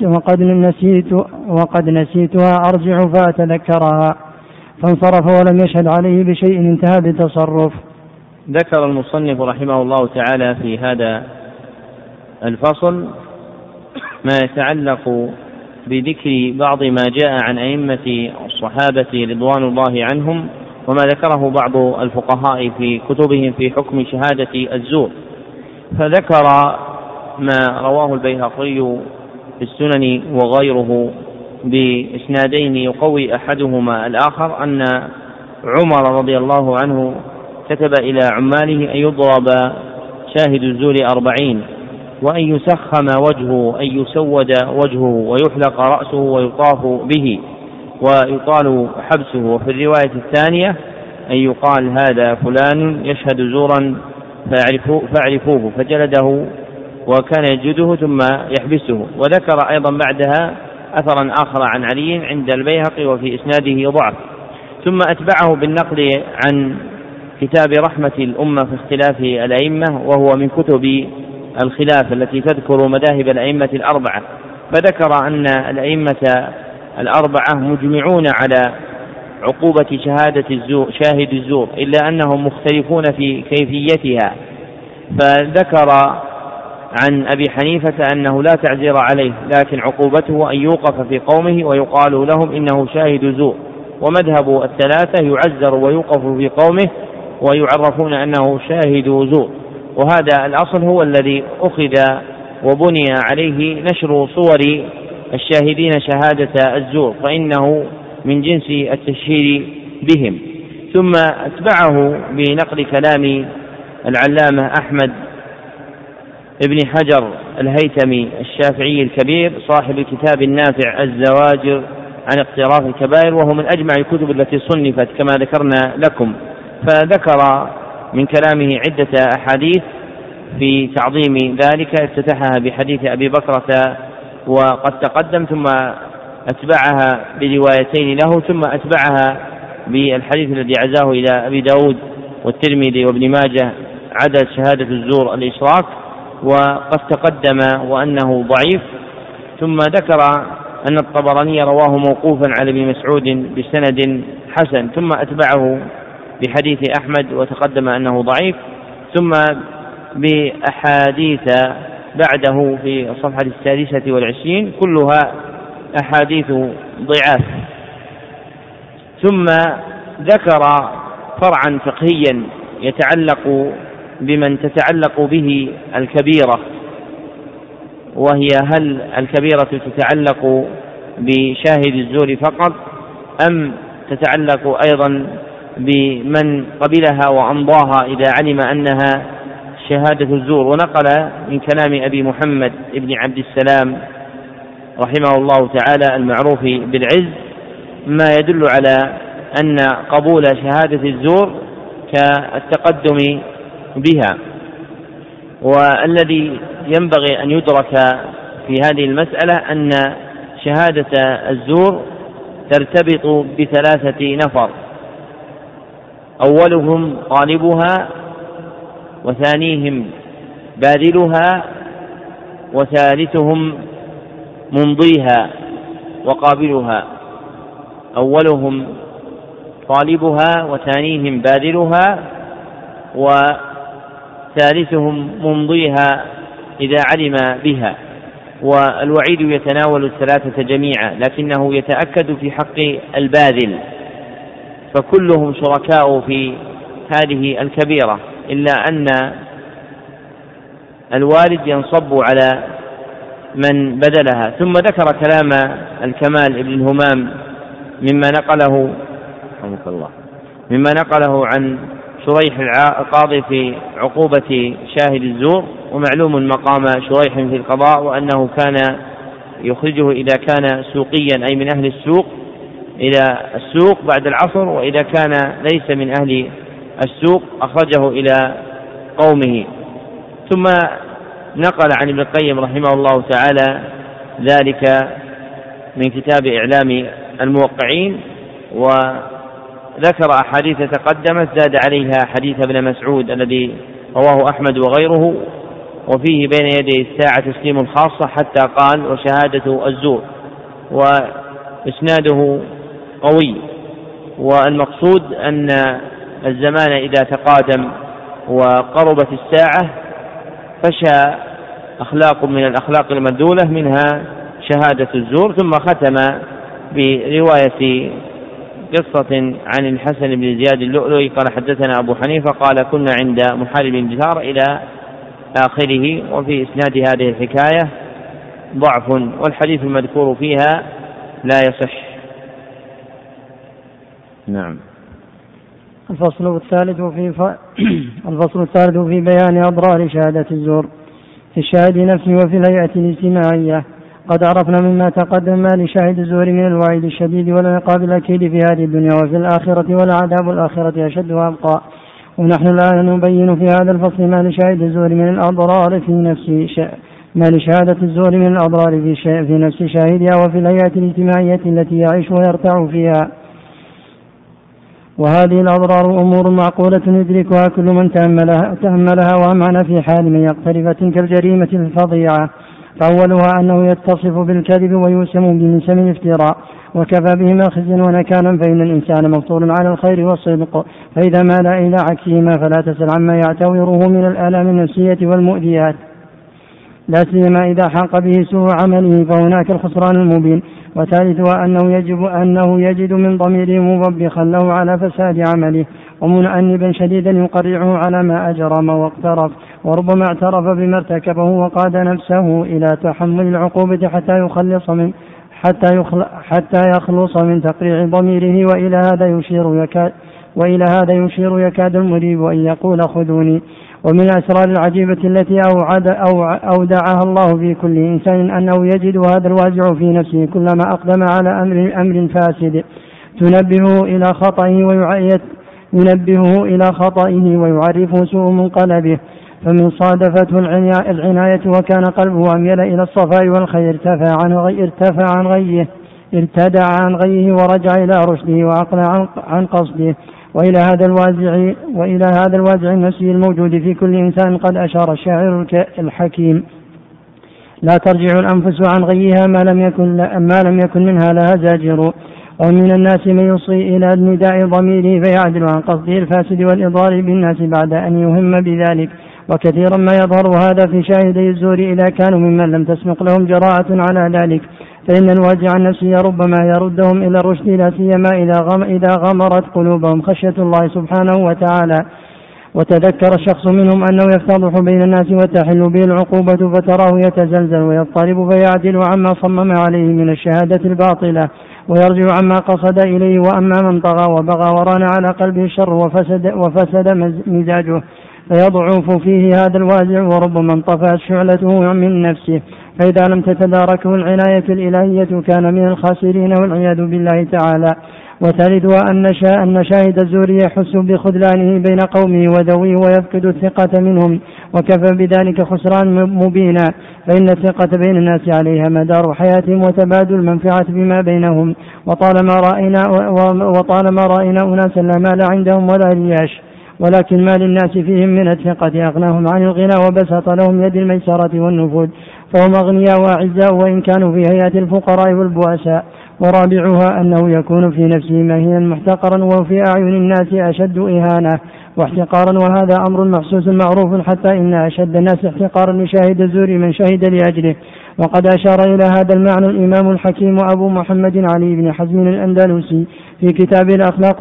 وقد نسيتها أرجع فأتذكرها، فانصرف ولم يشهد عليه بشيء، انتهى بتصرف. ذكر المصنف رحمه الله تعالى في هذا الفصل ما يتعلق بذكر بعض ما جاء عن أئمة الصحابة رضوان الله عنهم، وما ذكره بعض الفقهاء في كتبهم في حكم شهادة الزور. فذكر ما رواه البيهقي في السنن وغيره بإسنادين يقوي أحدهما الآخر، أن عمر رضي الله عنه كتب إلى عماله أن يضرب شاهد الزور 40، وأن يسخم وجهه، أن يسود وجهه، ويحلق رأسه ويطاف به ويطال حبسه. وفي الرواية الثانية أن يقال: هذا فلان يشهد زورا فاعرفوه، فجلده وكان يجده ثم يحبسه. وذكر أيضا بعدها أثرا آخر عن علي عند البيهقي وفي إسناده ضعف. ثم أتبعه بالنقل عن كتاب رحمة الأمة في اختلاف الأئمة، وهو من كتب الخلاف التي تذكر مذاهب الأئمة الأربعة، فذكر أن الأئمة الأربعة مجمعون على عقوبة شهادة شاهد الزور، إلا أنهم مختلفون في كيفيتها. فذكر عن أبي حنيفة أنه لا تعزير عليه، لكن عقوبته أن يوقف في قومه ويقال لهم إنه شاهد زور. ومذهب الثلاثة يعزر ويوقف في قومه ويعرفون أنه شاهد زور. وهذا الأصل هو الذي أخذ وبني عليه نشر صور الشاهدين شهادة الزور، فإنه من جنس التشهير بهم. ثم أتبعه بنقل كلام العلامة أحمد ابن حجر الهيثمي الشافعي الكبير صاحب الكتاب النافع الزواجر عن اقتراف الكبائر، وهو من أجمع الكتب التي صنفت كما ذكرنا لكم. فذكر من كلامه عدة أحاديث في تعظيم ذلك، افتتحها بحديث أبي بكرة وقد تقدم، ثم أتبعها بروايتين له، ثم أتبعها بالحديث الذي عزاه إلى أبي داود والترمذي وابن ماجه عدد شهادة الزور الإشراك، وقد تقدم وأنه ضعيف. ثم ذكر أن الطبراني رواه موقوفا على ابن مسعود بسند حسن، ثم أتبعه بحديث أحمد وتقدم أنه ضعيف، ثم بأحاديث بعده في الصفحة 26 كلها أحاديث ضعاف. ثم ذكر فرعا فقهيا يتعلق بمن تتعلق به الكبيرة، وهي هل الكبيرة تتعلق بشاهد الزور فقط أم تتعلق أيضا بمن قبلها وأمضاها إذا علم أنها شهادة الزور. ونقل من كلام أبي محمد ابن عبد السلام رحمه الله تعالى المعروف بالعز ما يدل على أن قبول شهادة الزور كالتقدم بها. والذي ينبغي أن يدرك في هذه المسألة أن شهادة الزور ترتبط بثلاثة نفر: أولهم طالبها، وثانيهم باذلها، وثالثهم ممضيها وقابلها. أولهم طالبها، وثانيهم باذلها، وثالثهم ممضيها إذا علم بها. والوعيد يتناول الثلاثة جميعا، لكنه يتأكد في حق الباذل، فكلهم شركاء في هذه الكبيرة، إلا أن الوالد ينصب على من بذلها. ثم ذكر كلام الكمال ابن الهمام مما نقله عن شريح القاضي في عقوبة شاهد الزور. ومعلوم مقام شريح في القضاء، وأنه كان يخرجه إذا كان سوقيا أي من أهل السوق إلى السوق بعد العصر، وإذا كان ليس من أهل السوق أخرجه إلى قومه. ثم نقل عن ابن القيم رحمه الله تعالى ذلك من كتاب إعلام الموقعين، وذكر أحاديث تقدمت زاد عليها حديث ابن مسعود الذي رواه أحمد وغيره، وفيه بين يدي الساعة تسليم خاصة حتى قال وشهادة الزور، وإسناده قوي. والمقصود أن الزمان إذا تقادم وقربت الساعة فشى أخلاق من الأخلاق المبذولة، منها شهادة الزور. ثم ختم برواية قصة عن الحسن بن زياد اللؤلؤي قال حدثنا أبو حنيفة قال كنا عند محارب بن جثار إلى آخره. وفي إسناد هذه الحكاية ضعف، والحديث المذكور فيها لا يصح. نعم. الفصل الثالث في بيان أضرار شهادة الزور في الشاهد نفسه وفي الهيئة الاجتماعية. قد عرفنا مما تقدم ما لشاهد الزور من الوعيد الشديد والعقاب الأكيد في هذه الدنيا وفي الآخرة، والعذاب الآخرة أشد وأبقى. ونحن الآن نبين في هذا الفصل ما لشاهد الزور من الأضرار في ما لشهادة الزور من الأضرار في نفس شاهدها وفي الهيئة الاجتماعية التي يعيش ويرتع فيها. وهذه الأضرار أمور معقولة يدركها كل من تأملها وأمعن في حال من يقترف تلك الجريمة الفظيعة. فأولها أنه يتصف بالكذب ويوسم من سم الافتراء، وكفى بهما خزيا ونكالا، فإن الإنسان مفطور على الخير والصدق، فإذا مال إلى عكسهما فلا تسل عما يعتوره من الآلام النفسية والمؤذيات، لا سيما إذا حاق به سوء عمله، فهناك الخسران المبين. وثالثها أنه يجد من ضميره موبخا له على فساد عمله، ومؤنبا شديدا يقرعه على ما أجرم واقترف، وربما اعترف بما ارتكبه وقاد نفسه إلى تحمل العقوبة حتى يخلص من تقريع ضميره. وإلى هذا يشير يكاد المريب أن يقول خذوني. ومن الأسرار العجيبة التي أودعها الله في كل إنسان أنه يجد هذا الوازع في نفسه كلما أقدم على أمر فاسد تنبهه إلى خطئه ويعرفه سوء منقلبه، فمن صادفته العناية وكان قلبه أميل إلى الصفاء والخير ارتدع عن غيه ورجع إلى رشده وعقل عن قصده. وإلى هذا الوازع النفسي الموجود في كل إنسان قد أشار الشاعر الحكيم: لا ترجع الأنفس عن غيها ما لم يكن منها لها زاجر. ومن الناس من يصغي إلى نداء ضميره فيعدل عن قصده الفاسد والإضرار بالناس بعد أن يهم بذلك. وكثيرا ما يظهر هذا في شاهدي الزور إذا كانوا ممن لم تسبق لهم جراءة على ذلك، فإن الواجع النفسي ربما يردهم إلى الرشد، لا سيما إذا غمرت قلوبهم خشية الله سبحانه وتعالى، وتذكر الشخص منهم أنه يفتضح بين الناس وتحل به العقوبة، فتراه يتزلزل ويضطرب فيعدل عما صمم عليه من الشهادة الباطلة، ويرجع عما قصد إليه. وأما من طغى وبغى وران على قلبه الشر وفسد مزاجه فيضعف فيه هذا الوازع، وربما انطفأت شعلته من نفسه، فإذا لم تتداركه العناية الإلهية كان من الخاسرين والعياذ بالله تعالى. وثالثها أن شاهد الزور يحس بخذلانه بين قومه وذويه ويفقد الثقة منهم، وكفى بذلك خسران مبينا، فإن الثقة بين الناس عليها مدار حياتهم وتبادل المنفعة بما بينهم. وطالما رأينا أناسا لا مال عندهم ولا رياش، ولكن ما للناس فيهم من الثقة أغناهم عن الغنى وبسط لهم يد الميسرة والنفوذ، فهم أغنياء وأعزاء وإن كانوا في هيئة الفقراء والبؤساء. ورابعها أنه يكون في نفسه مهينا محتقرا، وفي أعين الناس أشد إهانة واحتقارا، وهذا أمر محسوس معروف، حتى إن أشد الناس احتقارا لشاهد الزور من شهد لأجله. وقد أشار إلى هذا المعنى الإمام الحكيم أبو محمد علي بن حزم الأندلسي في كتاب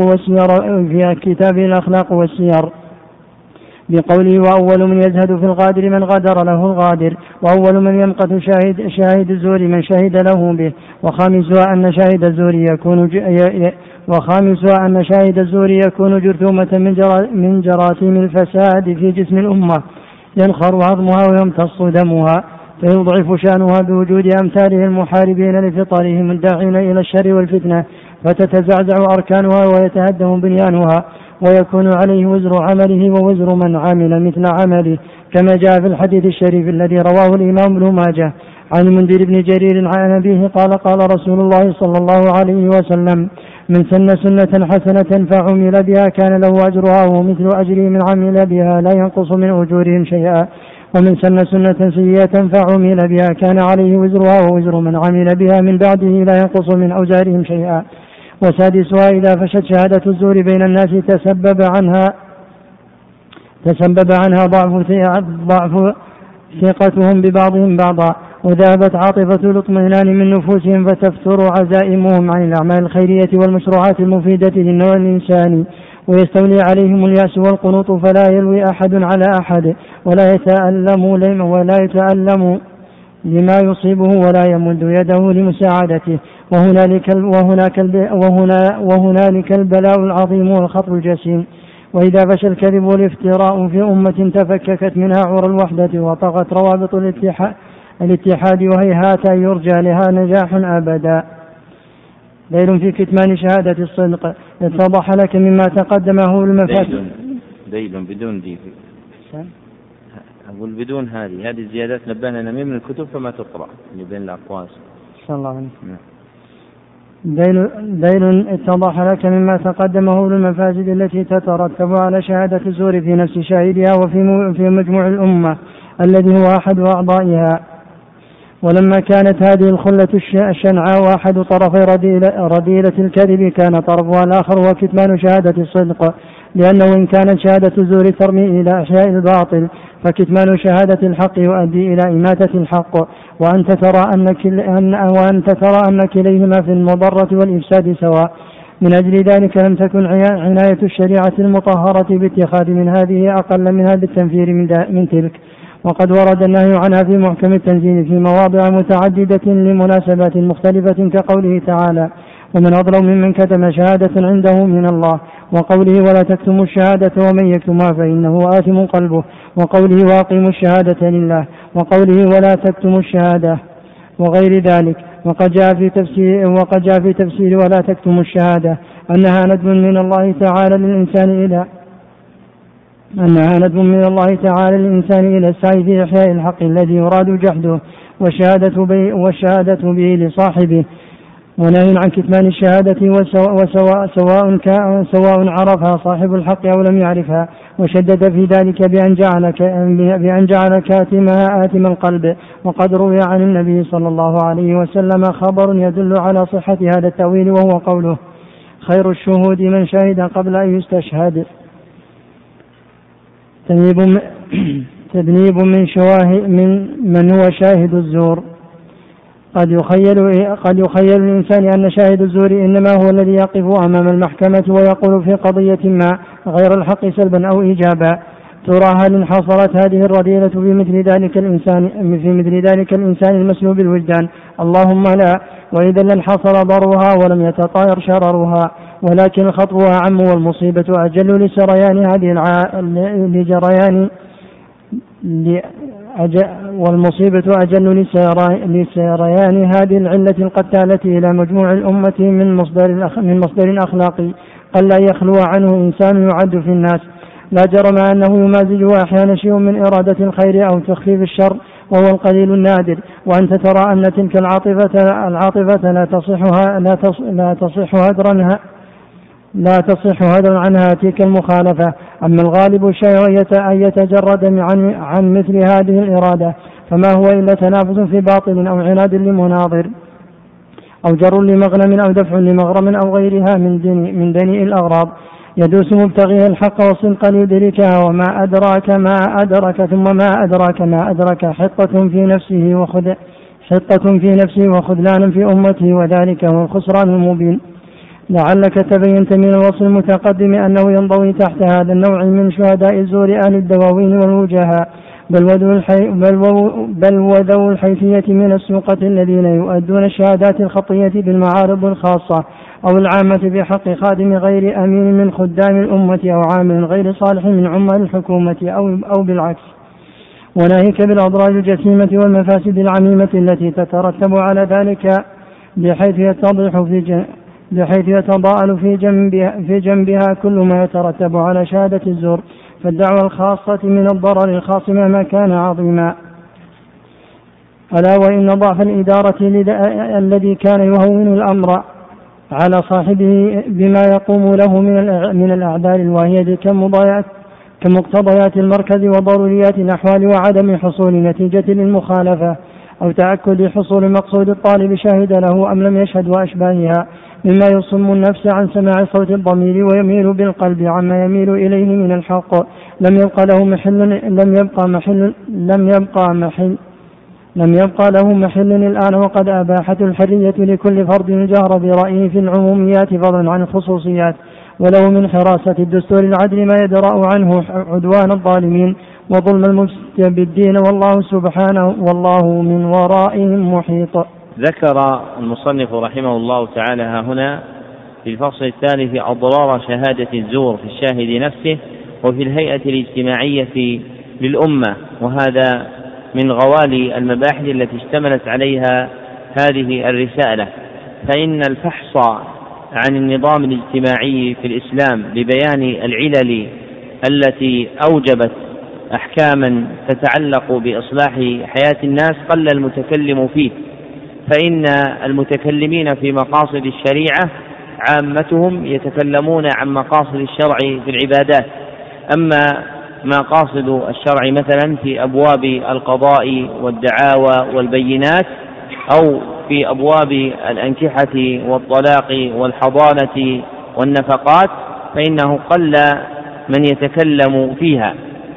الأخلاق والسير بقوله: وأول من يزهد في الغادر من غدر له الغادر، وأول من يمقت شاهد الزور من شهد له به. وخامسها أن شاهد الزور يكون جرثومة من جراثيم الفساد في جسم الأمة، ينخر عظمها ويمتص دمها، فيضعف شأنها بوجود أمثاله المحاربين لفطرهم الداعين إلى الشر والفتنة، فتتزعزع أركانها ويتهدم بنيانها، ويكون عليه وزر عمله ووزر من عمل مثل عمله، كما جاء في الحديث الشريف الذي رواه الإمام ابن ماجه عن المنذر بن جرير عن أبيه قال: قال رسول الله صلى الله عليه وسلم: من سن سنة حسنة فعمل بها كان له أجرها ومثل أجره من عمل بها لا ينقص من أجورهم شيئا، ومن سن سنة سيئة فعمل بها كان عليه وزرها ووزر من عمل بها من بعده لا ينقص من أوزارهم شيئا. وسادسها إذا فشت شهادة الزور بين الناس تسبب عنها ضعف ثقتهم ببعضهم بعضا، وذهبت عاطفة الاطمئنان من نفوسهم، فتفتر عزائمهم عن الأعمال الخيرية والمشروعات المفيدة للنوع الإنساني، ويستولي عليهم اليأس والقنوط، فلا يلوي أحد على أحد، ولا يتألم لما يصيبه، ولا يمد يده لمساعدته. وهنالك البلاء العظيم والخطر الجسيم. وإذا فشى الكذب والافتراء في أمة تفككت منها عرى الوحدة وطغت روابط الاتحاد، وهيهات أن يرجى لها نجاح أبدا. دليل في كتمان شهادة الصدق. اتضح لك مما تقدمه المفاتيح. دليل بدون دي، أقول بدون هذه الزيادات نبهنا من الكتب فما تقرأ اللي بين الأقواس إن شاء الله. دليل اتضح لك مما تقدمه المفاسد التي تترتب على شهادة الزور في نفس شاهدها وفي مجموع الأمة الذي هو أحد أعضائها. ولما كانت هذه الخلة الشنعاء واحد طرفي رذيلة الكذب كان طرفها الآخر وكتمان شهادة الصدق، لأنه إن كانت شهادة الزور ترمي إلى إحياء الباطل فكتمان شهادة الحق يؤدي إلى إماتة الحق، وأنت ترى أن كليهما في المضرة والإفساد سواء. من أجل ذلك لم تكن عناية الشريعة المطهرة باتخاذ من هذه أقل منها بالتنفير من تلك، وقد ورد النهي عنها في محكم التنزيل في مواضع متعددة لمناسبات مختلفة كقوله تعالى: ومن أظلم ممن كتم شهادة عنده من الله، وقوله: ولا تكتموا الشهادة ومن يكتمها فإنه آثم قلبه، وقوله: وأقيموا الشهادة لله، وقوله: ولا تكتموا الشهادة، وغير ذلك. وقد جاء في تفسير ولا تكتموا الشهادة أنها ندب من الله تعالى للإنسان إلى السعي في إحياء الحق الذي يراد جحده والشهادة به لصاحبه، ونهي عن كتمان الشهادة سواء عرفها صاحب الحق أو لم يعرفها، وشدد في ذلك بأن جعل كاتمها آثم القلب. وقد روي عن النبي صلى الله عليه وسلم خبر يدل على صحة هذا التأويل، وهو قوله: خير الشهود من شهد قبل أن يستشهد. تذنيب من هو شاهد الزور. قد يخيل الإنسان أن شاهد الزور إنما هو الذي يقف أمام المحكمة ويقول في قضية ما غير الحق سلبا أو إيجابا. ترى هل انحصرت هذه الرذيلة في مثل ذلك الإنسان المسلوب الوجدان؟ اللهم لا، وإذا لانحصر ضرها ولم يتطاير شررها، ولكن خطبها عم والمصيبة أجل لسريان هذه العلة القتالة إلى مجموع الأمة من مصدر أخلاقي قل لا يخلو عنه إنسان يعد في الناس. لا جرم أنه يمازجه أحيانا شيء من إرادة الخير أو تخفيف الشر، وهو القليل النادر. وأنت ترى أن تلك العاطفة لا تصح هدرا عنها تلك المخالفة. أما الغالب الشيء أن يتجرد عن مثل هذه الإرادة، فما هو إلا تنافس في باطل أو عناد لمناظر أو جر لمغنم أو دفع لمغرم أو غيرها من دنيء الأغراض، يدوس مبتغي الحق والصدق ليدركها. وما أدراك ما أدرك ثم ما أدراك ما أدرك حطة في نفسه وخذلان في أمته، وذلك هو الخسران المبين. لعلك تبينت من الوصف المتقدم أنه ينضوي تحت هذا النوع من شهداء الزور أهل الدواوين والوجهاء، بل وذو الحيثية من السوقة الذين يؤدون الشهادات الخطية بالمعارض الخاصة أو العامة بحق خادم غير أمين من خدام الأمة أو عامل غير صالح من عمال الحكومة أو بالعكس. وناهيك بالأضرار الجسيمة والمفاسد العميمة التي تترتب على ذلك بحيث يتضاءل في جنبها كل ما يترتب على شهادة الزور، فالدعوة الخاصة من الضرر الخاص مهما كان عظيما. ألا وإن ضعف الإدارة الذي كان يهون الأمر على صاحبه بما يقوم له من الأعذار الواهية كمقتضيات المركز وضروريات الأحوال وعدم حصول نتيجة للمخالفة أو تأكد حصول مقصود الطالب شهد له أم لم يشهد وأشباهها، مما يصم النفس عن سماع صوت الضمير ويميل بالقلب عما يميل إليه من الحق، لم يبقى له محل الآن، وقد أباحت الحرية لكل فرد الجهر برأيه في العموميات فضلا عن الخصوصيات، وله من حراسة الدستور العدل ما يدرأ عنه عدوان الظالمين وظلم المستبدين، والله سبحانه والله من ورائهم محيط. ذكر المصنف رحمه الله تعالى هنا في الفصل الثالث أضرار شهادة الزور في الشاهد نفسه وفي الهيئة الاجتماعية للأمة، وهذا من غوالي المباحث التي اشتملت عليها هذه الرسالة. فإن الفحص عن النظام الاجتماعي في الإسلام لبيان العلل التي أوجبت أحكاما تتعلق بإصلاح حياة الناس قل المتكلم فيه، فإن المتكلمين في مقاصد الشريعة عامتهم يتكلمون عن مقاصد الشرع في العبادات، أما مقاصد الشرع مثلا في أبواب القضاء والدعاوى والبينات، أو في أبواب الأنكحة والطلاق والحضانة والنفقات، فإنه قل من يتكلم فيها.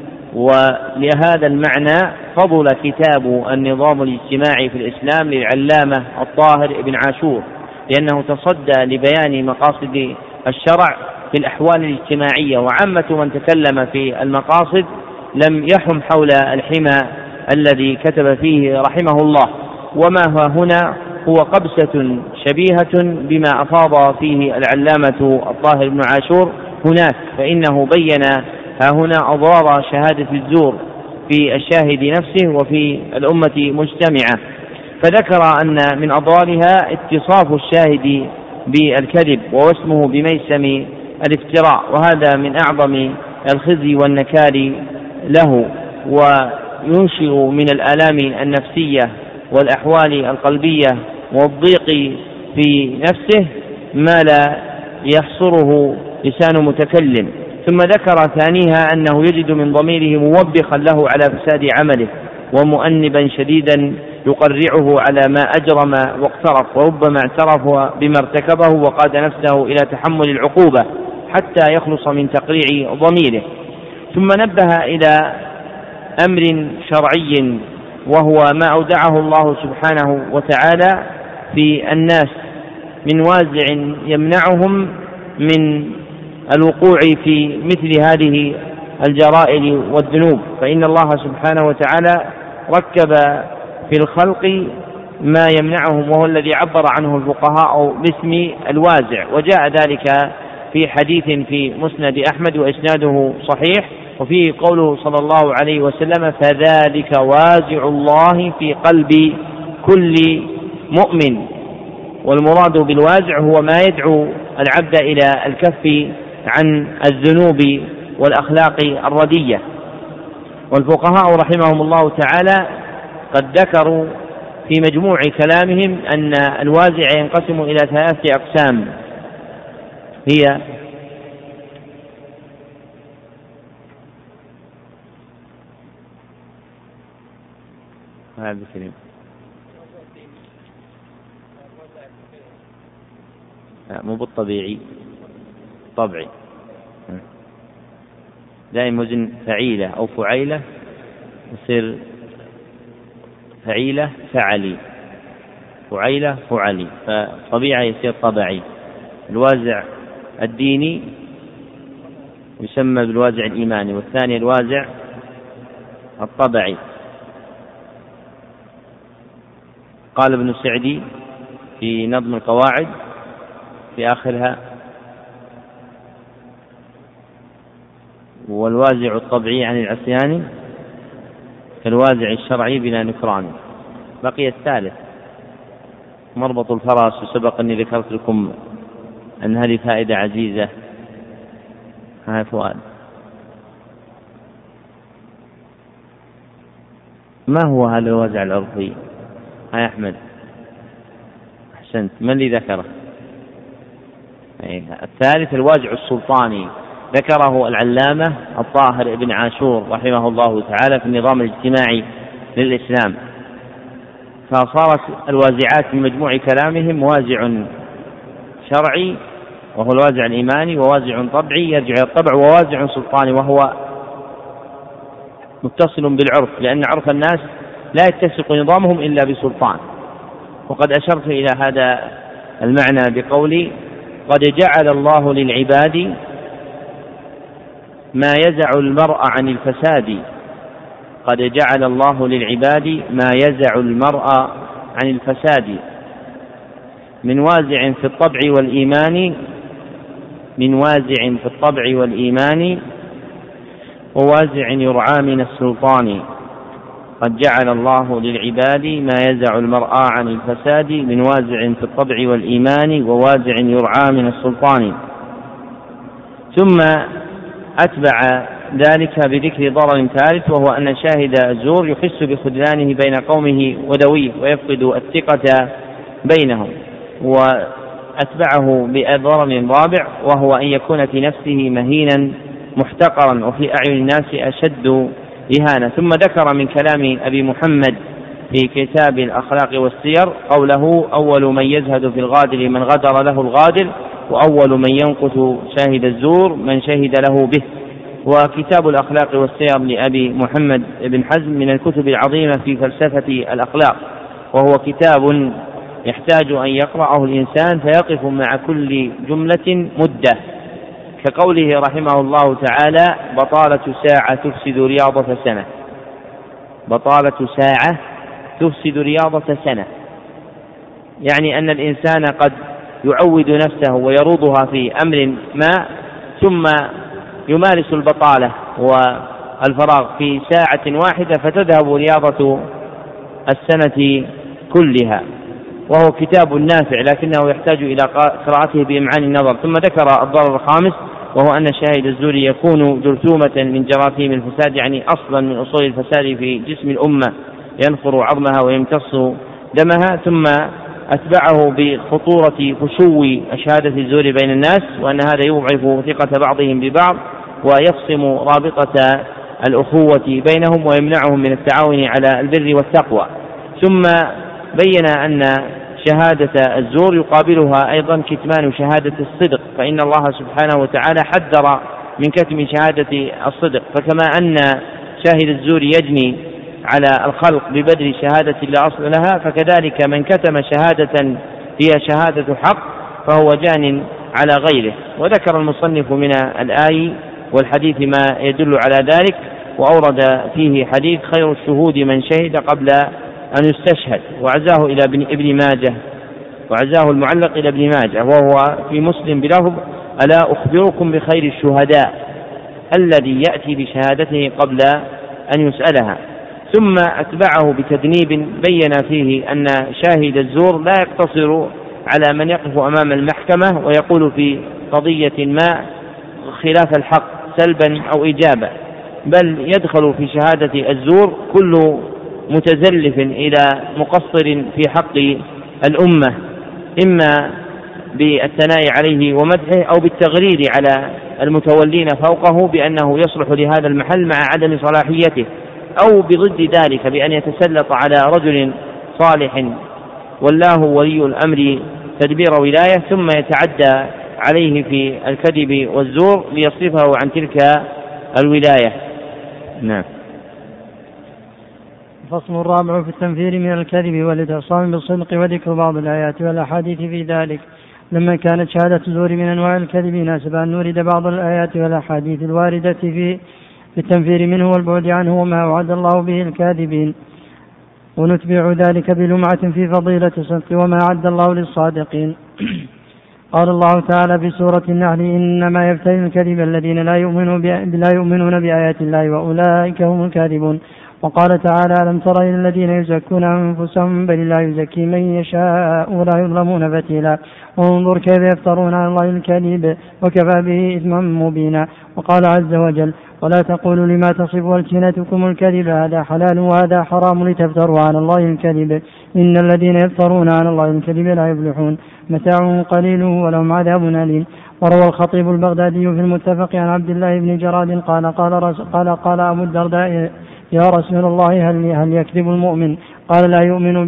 ولهذا المعنى فضل كتاب النظام الاجتماعي في الإسلام للعلامة الطاهر ابن عاشور، لأنه تصدى لبيان مقاصد الشرع في الأحوال الاجتماعية، وعامة من تكلم في المقاصد لم يحم حول الحمى الذي كتب فيه رحمه الله. وما ها هنا هو قبسة شبيهة بما أفاض فيه العلامة الطاهر ابن عاشور هناك، فإنه بين ها هنا أضرار شهادة الزور في الشاهد نفسه وفي الأمة مجتمعة، فذكر أن من أضرارها اتصاف الشاهد بالكذب ووسمه بميسم الافتراء، وهذا من أعظم الخزي والنكال له، وينشئ من الآلام النفسية والأحوال القلبية والضيق في نفسه ما لا يحصره لسان متكلم. ثم ذكر ثانيها أنه يجد من ضميره موبخا له على فساد عمله، ومؤنبا شديدا يقرعه على ما أجرم واقترف، وربما اعترف بما ارتكبه وقاد نفسه إلى تحمل العقوبة حتى يخلص من تقريع ضميره. ثم نبه إلى أمر شرعي، وهو ما أودعه الله سبحانه وتعالى في الناس من وازع يمنعهم من الوقوع في مثل هذه الجرائم والذنوب، فإن الله سبحانه وتعالى ركب في الخلق ما يمنعهم، وهو الذي عبر عنه الفقهاء باسم الوازع، وجاء ذلك في حديث في مسند أحمد وإسناده صحيح، وفيه قوله صلى الله عليه وسلم: فذلك وازع الله في قلب كل مؤمن. والمراد بالوازع هو ما يدعو العبد إلى الكف عن الذنوب والأخلاق الردية. والفقهاء رحمهم الله تعالى قد ذكروا في مجموع كلامهم أن الوازع ينقسم إلى 3 أقسام، هي مو بالطبيعي، طبعي، دائما وزن فعيلة أو فعيلة يصير فعيلة فعلي، فعيلة فعلي، فطبيعة يصير طبعي. الوازع الديني يسمى بالوازع الإيماني، والثاني الوازع الطبعي. قال ابن سعدي في نظم القواعد في آخرها: والوازع الطبعي عن العصيان كالوازع الشرعي بلا نكران. بقي الثالث مربط الفرس، وسبق أني ذكرت لكم أن هذه فائدة عزيزة. ها فؤاد، ما هو هذا الوازع العرفي؟ ها أحمد، أحسنت، من اللي ذكره؟ الثالث الوازع السلطاني، ذكره العلامة الطاهر ابن عاشور رحمه الله تعالى في النظام الاجتماعي للإسلام. فصارت الوازعات من مجموع كلامهم وازع شرعي وهو الوازع الإيماني، ووازع طبعي يرجع إلى الطبع، ووازع سلطاني وهو متصل بالعرف، لأن عرف الناس لا يتسق نظامهم إلا بسلطان. وقد أشرت إلى هذا المعنى بقولي: قد جعل الله للعباد ما يزع المرء عن الفساد. قد جعل الله للعباد ما يزع المرء عن الفساد من وازع في الطبع والإيمان، من وازع في الطبع والإيمان، ووازع يرعى من السلطان. قد جعل الله للعباد ما يزع المرء عن الفساد من وازع في الطبع والإيمان، ووازع يرعى من السلطان. ثم أتبع ذلك بذكر ضرر ثالث، وهو أن شاهد الزور يحس بخذلانه بين قومه ودويه، ويفقد الثقة بينهم. وأتبعه بضرر رابع، وهو أن يكون في نفسه مهينا محتقرا وفي أعين الناس أشد إهانة. ثم ذكر من كلام أبي محمد في كتاب الأخلاق والسير قوله: أول من يزهد في الغادر من غدر له الغادر، وأول من ينقث شاهد الزور من شهد له به. وكتاب الأخلاق والسير لأبي محمد بن حزم من الكتب العظيمة في فلسفة الأخلاق، وهو كتاب يحتاج أن يقرأه الإنسان فيقف مع كل جملة مدة، كقوله رحمه الله تعالى: بطالة ساعة تفسد رياضة سنة. بطالة ساعة تفسد رياضة سنة، يعني أن الإنسان قد يعود نفسه ويروضها في أمر ما، ثم يمارس البطالة والفراغ في ساعة واحدة فتذهب رياضة السنة كلها. وهو كتاب نافع لكنه يحتاج إلى قراءته بإمعان النظر. ثم ذكر الضرر الخامس، وهو أن شاهد الزور يكون جرثومة من جراثيم الفساد، يعني أصلا من أصول الفساد في جسم الأمة، ينخر عظمها ويمتص دمها. ثم أتبعه بخطورة فشو شهادة الزور بين الناس، وأن هذا يضعف ثقة بعضهم ببعض ويقسم رابطة الأخوة بينهم ويمنعهم من التعاون على البر والتقوى. ثم بين أن شهادة الزور يقابلها أيضا كتمان شهادة الصدق، فإن الله سبحانه وتعالى حذر من كتم شهادة الصدق. فكما أن شاهد الزور يجني على الخلق ببدل شهادة لا أصل لها، فكذلك من كتم شهادة هي شهادة حق فهو جان على غيره. وذكر المصنف من الآي والحديث ما يدل على ذلك، وأورد فيه حديث: خير الشهود من شهد قبل أن يستشهد، وعزاه إلى ابن ماجه، وعزاه المعلق إلى ابن ماجه، وهو في مسلم بلفظ: ألا أخبركم بخير الشهداء الذي يأتي بشهادته قبل أن يسألها. ثم أتبعه بتذنيب بين فيه أن شاهد الزور لا يقتصر على من يقف أمام المحكمة ويقول في قضية ما خلاف الحق سلبا أو إيجابا، بل يدخل في شهادة الزور كل متزلف إلى مقصر في حق الأمة، إما بالثناء عليه ومدحه أو بالتغرير على المتولين فوقه بأنه يصلح لهذا المحل مع عدم صلاحيته، أو بضد ذلك بأن يتسلط على رجل صالح والله ولي الأمر تدبير ولاية، ثم يتعدى عليه في الكذب والزور ليصرفه عن تلك الولاية. نعم. الفصل الرابع في التنفير من الكذب والاعتصام بالصدق، وذكر بعض الآيات والأحاديث في ذلك. لما كانت شهادة الزور من أنواع الكذب ناسب أن نورد بعض الآيات والأحاديث الواردة في التنفير منه والبعد عنه وما وعد الله به الكاذبين، ونتبع ذلك بلمعة في فضيلة الصدق وما أعد الله للصادقين. قال الله تعالى في سورة النحل: إنما يفتري الكذب الذين لا يؤمنون بآيات الله وأولئك هم الكاذبون. وقال تعالى: ألم تر إلى الذين يزكون أنفسهم بل الله يزكي من يشاء ولا يظلمون فتيلا. وانظر كيف يفترون على الله الكذب وكفى به إثما مبينا. وقال عز وجل: ولا تقولوا لما تصف ألسنتكم الكذب هذا حلال وهذا حرام لتفتروا على الله الكذب إن الذين يفترون على الله الكذب لا يفلحون متاع قليل ولهم عذاب أليم. وروى الخطيب البغدادي في المتفق عن عبد الله بن جراد قال أبو الدرداء: يا رسول الله هل يكذب المؤمن؟ قال لا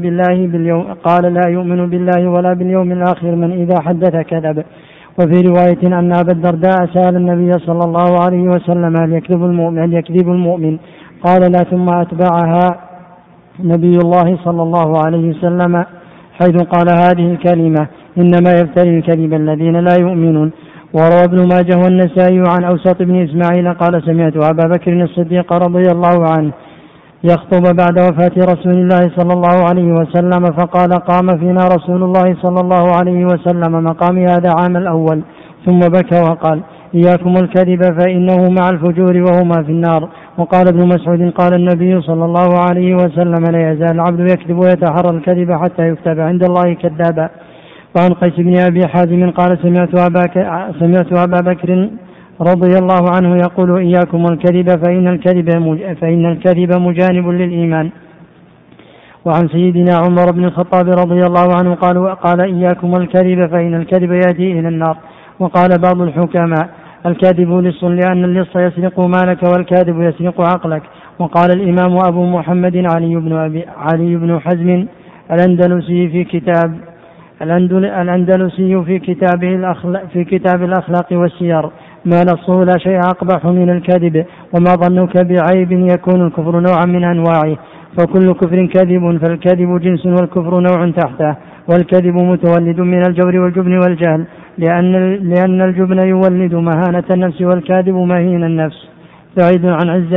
يؤمن بالله ولا باليوم الآخر من إذا حدث كذب. وفي رواية أن أبا الدرداء سأل النبي صلى الله عليه وسلم: هل يكذب المؤمن؟ قال لا. ثم أتبعها نبي الله صلى الله عليه وسلم حيث قال هذه الكلمة: إنما يفتري الكذب الذين لا يؤمنون. وروى ابن ماجه والنسائي عن أوسط بن إسماعيل قال: سمعت أبا بكر الصديق رضي الله عنه يخطب بعد وفاة رسول الله صلى الله عليه وسلم فقال: قام فينا رسول الله صلى الله عليه وسلم مقامي هذا عام الأول، ثم بكى وقال: إياكم الكذب فإنه مع الفجور وهما في النار. وقال ابن مسعود: قال النبي صلى الله عليه وسلم: لا يزال العبد يكذب ويتحرى الكذب حتى يكتب عند الله كذابا. وعن قيس بن أبي حازم قال: سمعت أبا بكر رضي الله عنه يقول: إياكم الكذب فإن الكذب مجانب للإيمان. وعن سيدنا عمر بن الخطاب رضي الله عنه قال: إياكم الكذب فإن الكذب يهدي إلى النار. وقال بعض الحكماء: الكاذب لص لأن اللص يسرق مالك والكاذب يسرق عقلك. وقال الإمام أبو محمد علي بن حزم الأندلسي في كتاب الأخلاق والسير: ما نصه لا شيء أقبح من الكذب، وما ظنك بعيب يكون الكفر نوعا من أنواعه، فكل كفر كذب، فالكذب جنس والكفر نوع تحته. والكذب متولد من الجور والجبن والجهل، لأن الجبن يولد مهانة النفس، والكاذب مهين النفس بعيد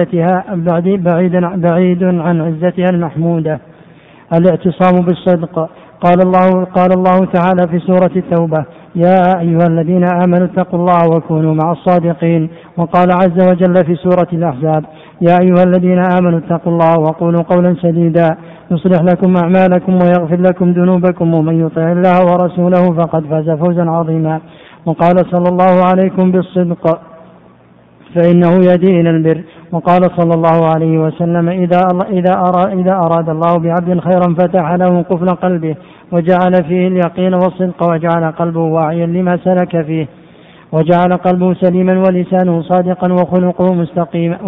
عن عزتها المحمودة. الاعتصام بالصدق. قال الله تعالى في سورة التوبة: يا أيها الذين آمنوا اتقوا الله وكونوا مع الصادقين. وقال عز وجل في سورة الأحزاب: يا أيها الذين آمنوا اتقوا الله وقولوا قولا سديدا يصلح لكم أعمالكم ويغفر لكم ذنوبكم، ومن يطع الله ورسوله فقد فاز فوزا عظيما. وقال صلى الله عليكم بالصدق فإنه يهدي إلى البر. وقال صلى الله عليه وسلم: إذا أراد الله بعبد خيرا فتح له قفل قلبه، وجعل فيه اليقين والصدق، وجعل قلبه واعيا لما سلك فيه، وجعل قلبه سليما ولسانه صادقا وخلقه مستقيما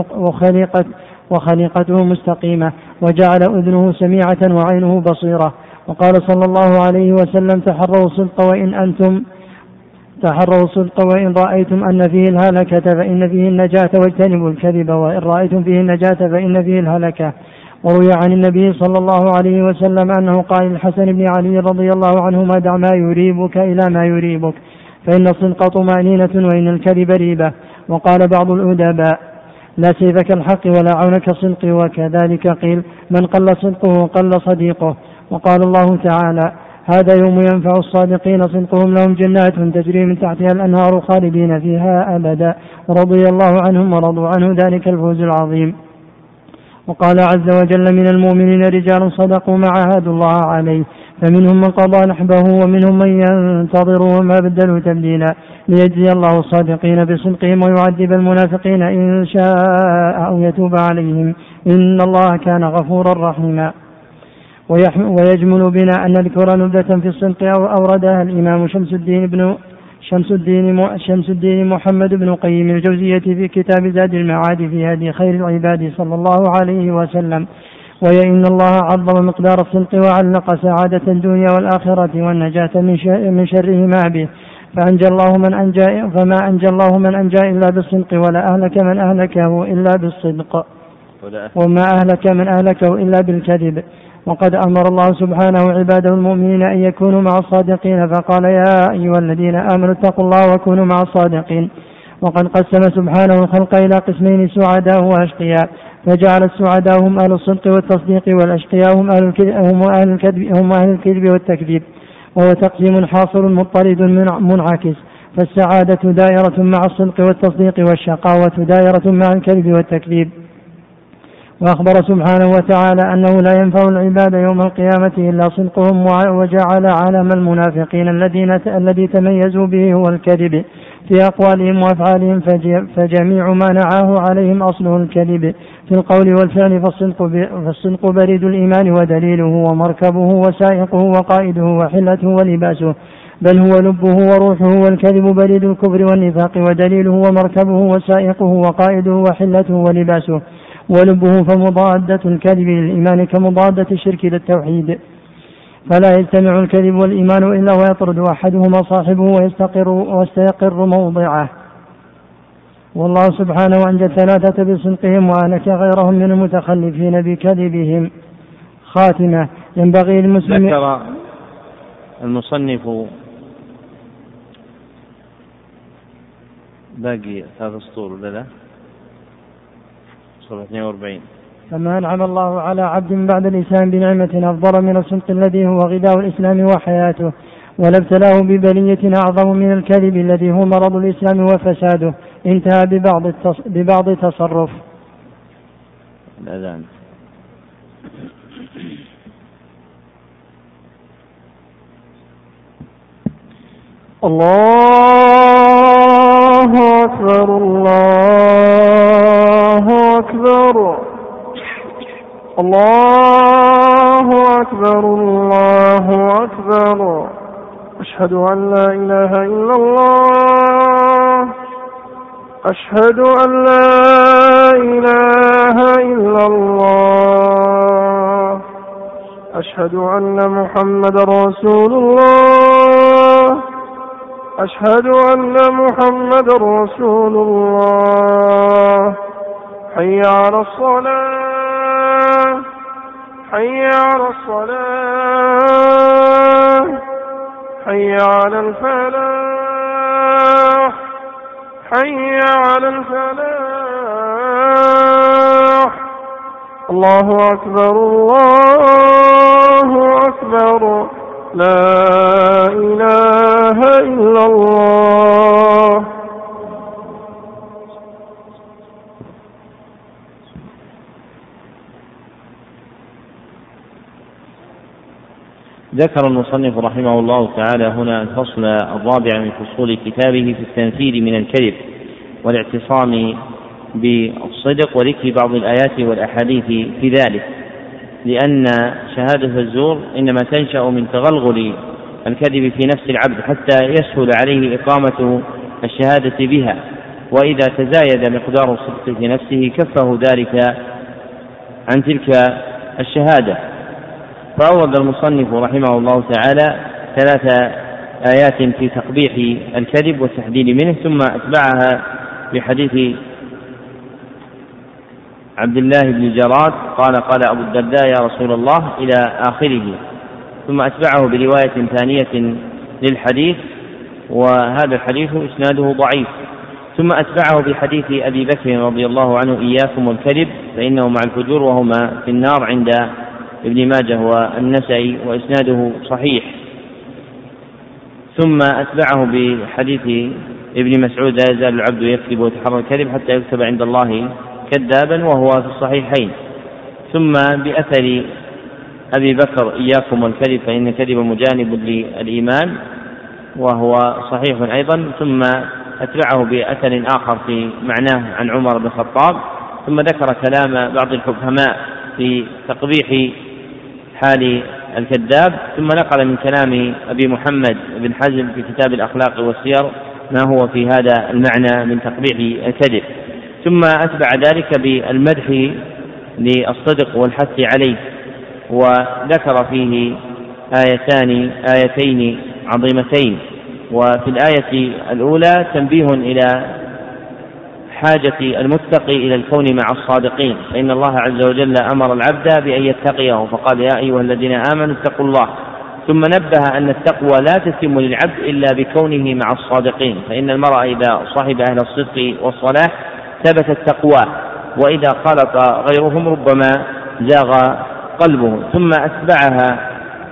وخليقته مستقيمة، وجعل أذنه سميعة وعينه بصيرة. وقال صلى الله عليه وسلم: تحروا الصدق وإن رأيتم أن فيه الهلكة فإن فيه النجاة، واجتنبوا الكذب وإن رأيتم فيه النجاة فإن فيه الهلكة. وروي عن النبي صلى الله عليه وسلم أنه قال للحسن بن علي رضي الله عنهما: دع ما يريبك إلى ما يريبك، فإن الصدق طمأنينة وإن الكذب ريبة. وقال بعض الأدباء: لا سيف كالحق ولا عون كالصدق. وكذلك قيل: من قل صدقه قل صديقه. وقال الله تعالى: هذا يوم ينفع الصادقين صدقهم، لهم جنات تجري من تحتها الأنهار خالدين فيها أبدا، رضي الله عنهم ورضوا عنه، ذلك الفوز العظيم. وقال عز وجل: من المؤمنين رجال صدقوا ما عاهدوا الله عليه، فمنهم من قضى نحبه ومنهم من ينتظر وما بدلوا تبديلا، ليجزي الله الصادقين بصدقهم ويعذب المنافقين إن شاء أو يتوب عليهم، إن الله كان غفورا رحيما. ويجمل بنا أن نذكر نبذة في الصدق أوردها الإمام شمس الدين محمد بن قيم الجوزية في كتاب زاد المعاد في هدي خير العباد صلى الله عليه وسلم: وهي إن الله عظم مقدار الصدق وعلق سعادة الدنيا والآخرة والنجاة من شرهما به، فما أنجى الله من أنجى إلا بالصدق، ولا أهلك من أهلكه إلا بالصدق، وما أهلك من أهلكه إلا بالكذب. وقد أمر الله سبحانه عباده المؤمنين أن يكونوا مع الصادقين، فقال: يا أيها الذين آمنوا اتقوا الله وكونوا مع الصادقين. وقد قسم سبحانه الخلق إلى قسمين: سعداء وأشقياء، فجعل السعداء هم أهل الصدق والتصديق، والأشقياء هم أهل الكذب والتكذيب، وهو تقسيم حاصل مضطرد منعكس، فالسعادة دائرة مع الصدق والتصديق، والشقاوة دائرة مع الكذب والتكذيب. وأخبر سبحانه وتعالى أنه لا ينفع العباد يوم القيامة إلا صدقهم، وجعل علم المنافقين الذي تميزوا به هو الكذب في أقوالهم وأفعالهم، فجميع ما نعاه عليهم أصله الكذب في القول والفعل، فالصدق بريد الإيمان ودليله ومركبه وسائقه وقائده وحلته ولباسه، بل هو لبه وروحه. والكذب بريد الكفر والنفاق ودليله ومركبه وسائقه وقائده وحلته ولباسه ولبه، فمضادة الكذب للإيمان كمضادة الشرك للتوحيد، فلا يجتمع الكذب والإيمان إلا ويطرد أحدهما صاحبه ويستقر موضعه. والله سبحانه أنجى الثلاثة بصدقهم وأهلك غيرهم من المتخلفين بكذبهم. خاتمة: ينبغي المسلم. ذكر المصنف باقي 3 سطور ولا صفحة 42: فما أنعم الله على عبد بعد الإسلام بنعمة أفضل من الصدق الذي هو غذاء الإسلام وحياته، ولا ابتلاه ببلية أعظم من الكذب الذي هو مرض الإسلام وفساده. انتهى ببعض تصرف الأذان. الله أكبر الله أكبر الله أكبر الله أكبر. أشهد أن لا إله إلا الله أشهد أن لا إله إلا الله. أشهد أن محمدا رسول الله. أشهد أن محمدا رسول الله. حي على الصلاة. حي على الصلاة. حي على الفلاح. حي على الفلاح. الله أكبر الله أكبر. لا إله إلا الله. ذكر المصنف رحمه الله تعالى هنا الفصل الرابع من فصول كتابه في التنفير من الكذب والاعتصام بالصدق، وذكر بعض الآيات والأحاديث في ذلك، لأن شهادة الزور إنما تنشأ من تغلغل الكذب في نفس العبد حتى يسهل عليه إقامة الشهادة بها، وإذا تزايد مقدار الصدق في نفسه كفه ذلك عن تلك الشهادة. فأورد المصنف رحمه الله تعالى 3 آيات في تقبيح الكذب والتحذير منه، ثم أتبعها بحديث عبد الله بن جراد قال أبو الدرداء يا رسول الله إلى آخره، ثم أتبعه برواية ثانية للحديث، وهذا الحديث إسناده ضعيف، ثم أتبعه بحديث أبي بكر رضي الله عنه إياكم والكذب فإنه مع الفجور وهما في النار عند ابن ماجه والنسائي وإسناده صحيح، ثم أتبعه بحديث ابن مسعود لا يزال العبد يكذب ويتحرى الكذب حتى يكتب عند الله كذابا وهو في الصحيحين، ثم بأثر أبي بكر إياكم والكذب فإن الكذب مجانب للإيمان وهو صحيح أيضا، ثم أتبعه بأثر آخر في معناه عن عمر بن الخطاب، ثم ذكر كلام بعض الحكماء في تقبيح حال الكذاب، ثم نقل من كلام أبي محمد بن حزم في كتاب الأخلاق والسير ما هو في هذا المعنى من تقبيح الكذب، ثم أتبع ذلك بالمدح للصدق والحث عليه، وذكر فيه آيتين عظيمتين. وفي الآية الأولى تنبيه إلى حاجة المتقي إلى الكون مع الصادقين، فإن الله عز وجل أمر العبد بأن يتقيه فقال يا أيها الذين آمنوا اتقوا الله، ثم نبه أن التقوى لا تتم للعبد إلا بكونه مع الصادقين، فإن المرء إذا صحب أهل الصدق والصلاح ثبتت تقواه، وإذا خالط غيرهم ربما زاغ قلبه، ثم أتبعها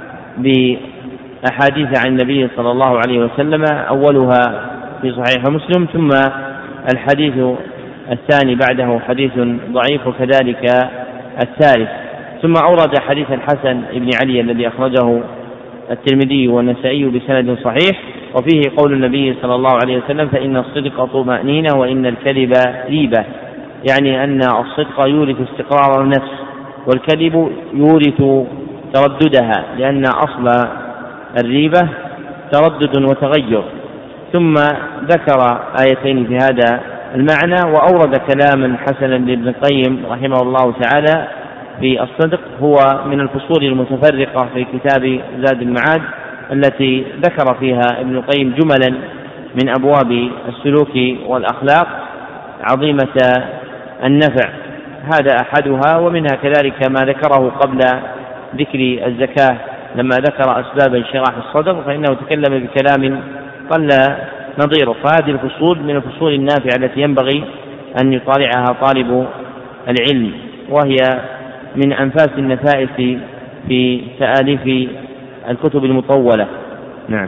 بأحاديث عن النبي صلى الله عليه وسلم أولها في صحيح مسلم، ثم الحديث الثاني بعده حديث ضعيف وكذلك الثالث، ثم أورد حديث الحسن بن علي الذي أخرجه الترمذي والنسائي بسند صحيح، وفيه قول النبي صلى الله عليه وسلم فإن الصدق طمأنينة وإن الكذب ريبة، يعني أن الصدق يورث استقرار النفس والكذب يورث ترددها، لأن أصل الريبة تردد وتغير. ثم ذكر آيتين في هذا المعنى، وأورد كلاما حسنا لابن القيم رحمه الله تعالى في الصدق، هو من الفصول المتفرقة في كتاب زاد المعاد التي ذكر فيها ابن القيم جملا من أبواب السلوك والأخلاق عظيمة النفع، هذا أحدها، ومنها كذلك ما ذكره قبل ذكر الزكاة لما ذكر أسباب انشراح الصدر، فإنه تكلم بكلام قل نظيره. فهذه الفصول من الفصول النافعة التي ينبغي أن يطالعها طالب العلم، وهي من أنفاس النفائس في تآليف الكتب المطولة. نعم.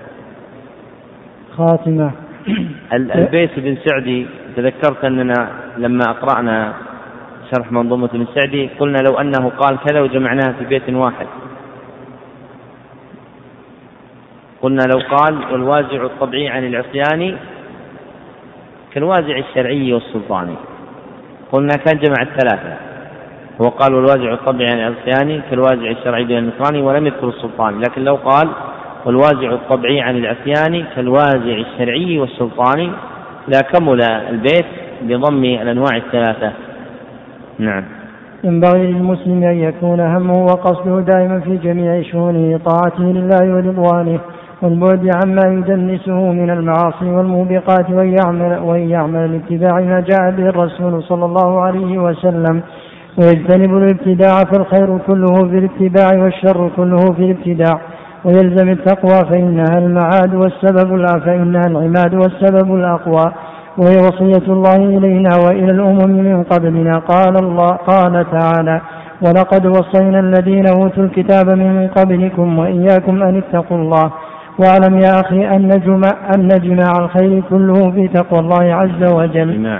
خاتمة. البيت بن سعدي، تذكرت أننا لما أقرأنا شرح منظومة بن سعدي قلنا لو أنه قال كذا وجمعناها في بيت واحد، قلنا لو قال والوازع الطبيعي عن العصيان كالوازع الشرعي والسلطاني، قلنا كان جمع الثلاثة، هو قال والوازع الطبيعي عن العصيان كالوازع الشرعي دون النكران ولم يذكر السلطاني، لكن لو قال والوازع الطبيعي عن العصيان كالوازع الشرعي والسلطاني إذا كمل البيت بضم الأنواع الثلاثة. نعم. ينبغي للمسلم أن يكون همه وقصده دائما في جميع شؤونه طاعته لله ورضوانه والبعد عما يدنسه من المعاصي والموبقات وأن يعمل لاتباع ما جاء به الرسول صلى الله عليه وسلم ويجتنب الابتداع، فالخير كله في الاتباع والشر كله في الابتداع. ويلزم التقوى فإنها العماد والسبب الأقوى، وهي وصية الله إلينا وإلى الأمم من قبلنا. قال تعالى: ولقد وصينا الذين أوتوا الكتاب من قبلكم وإياكم أن اتقوا الله. واعلم يا أخي أن جماع الخير كله في تقوى الله عز وجل.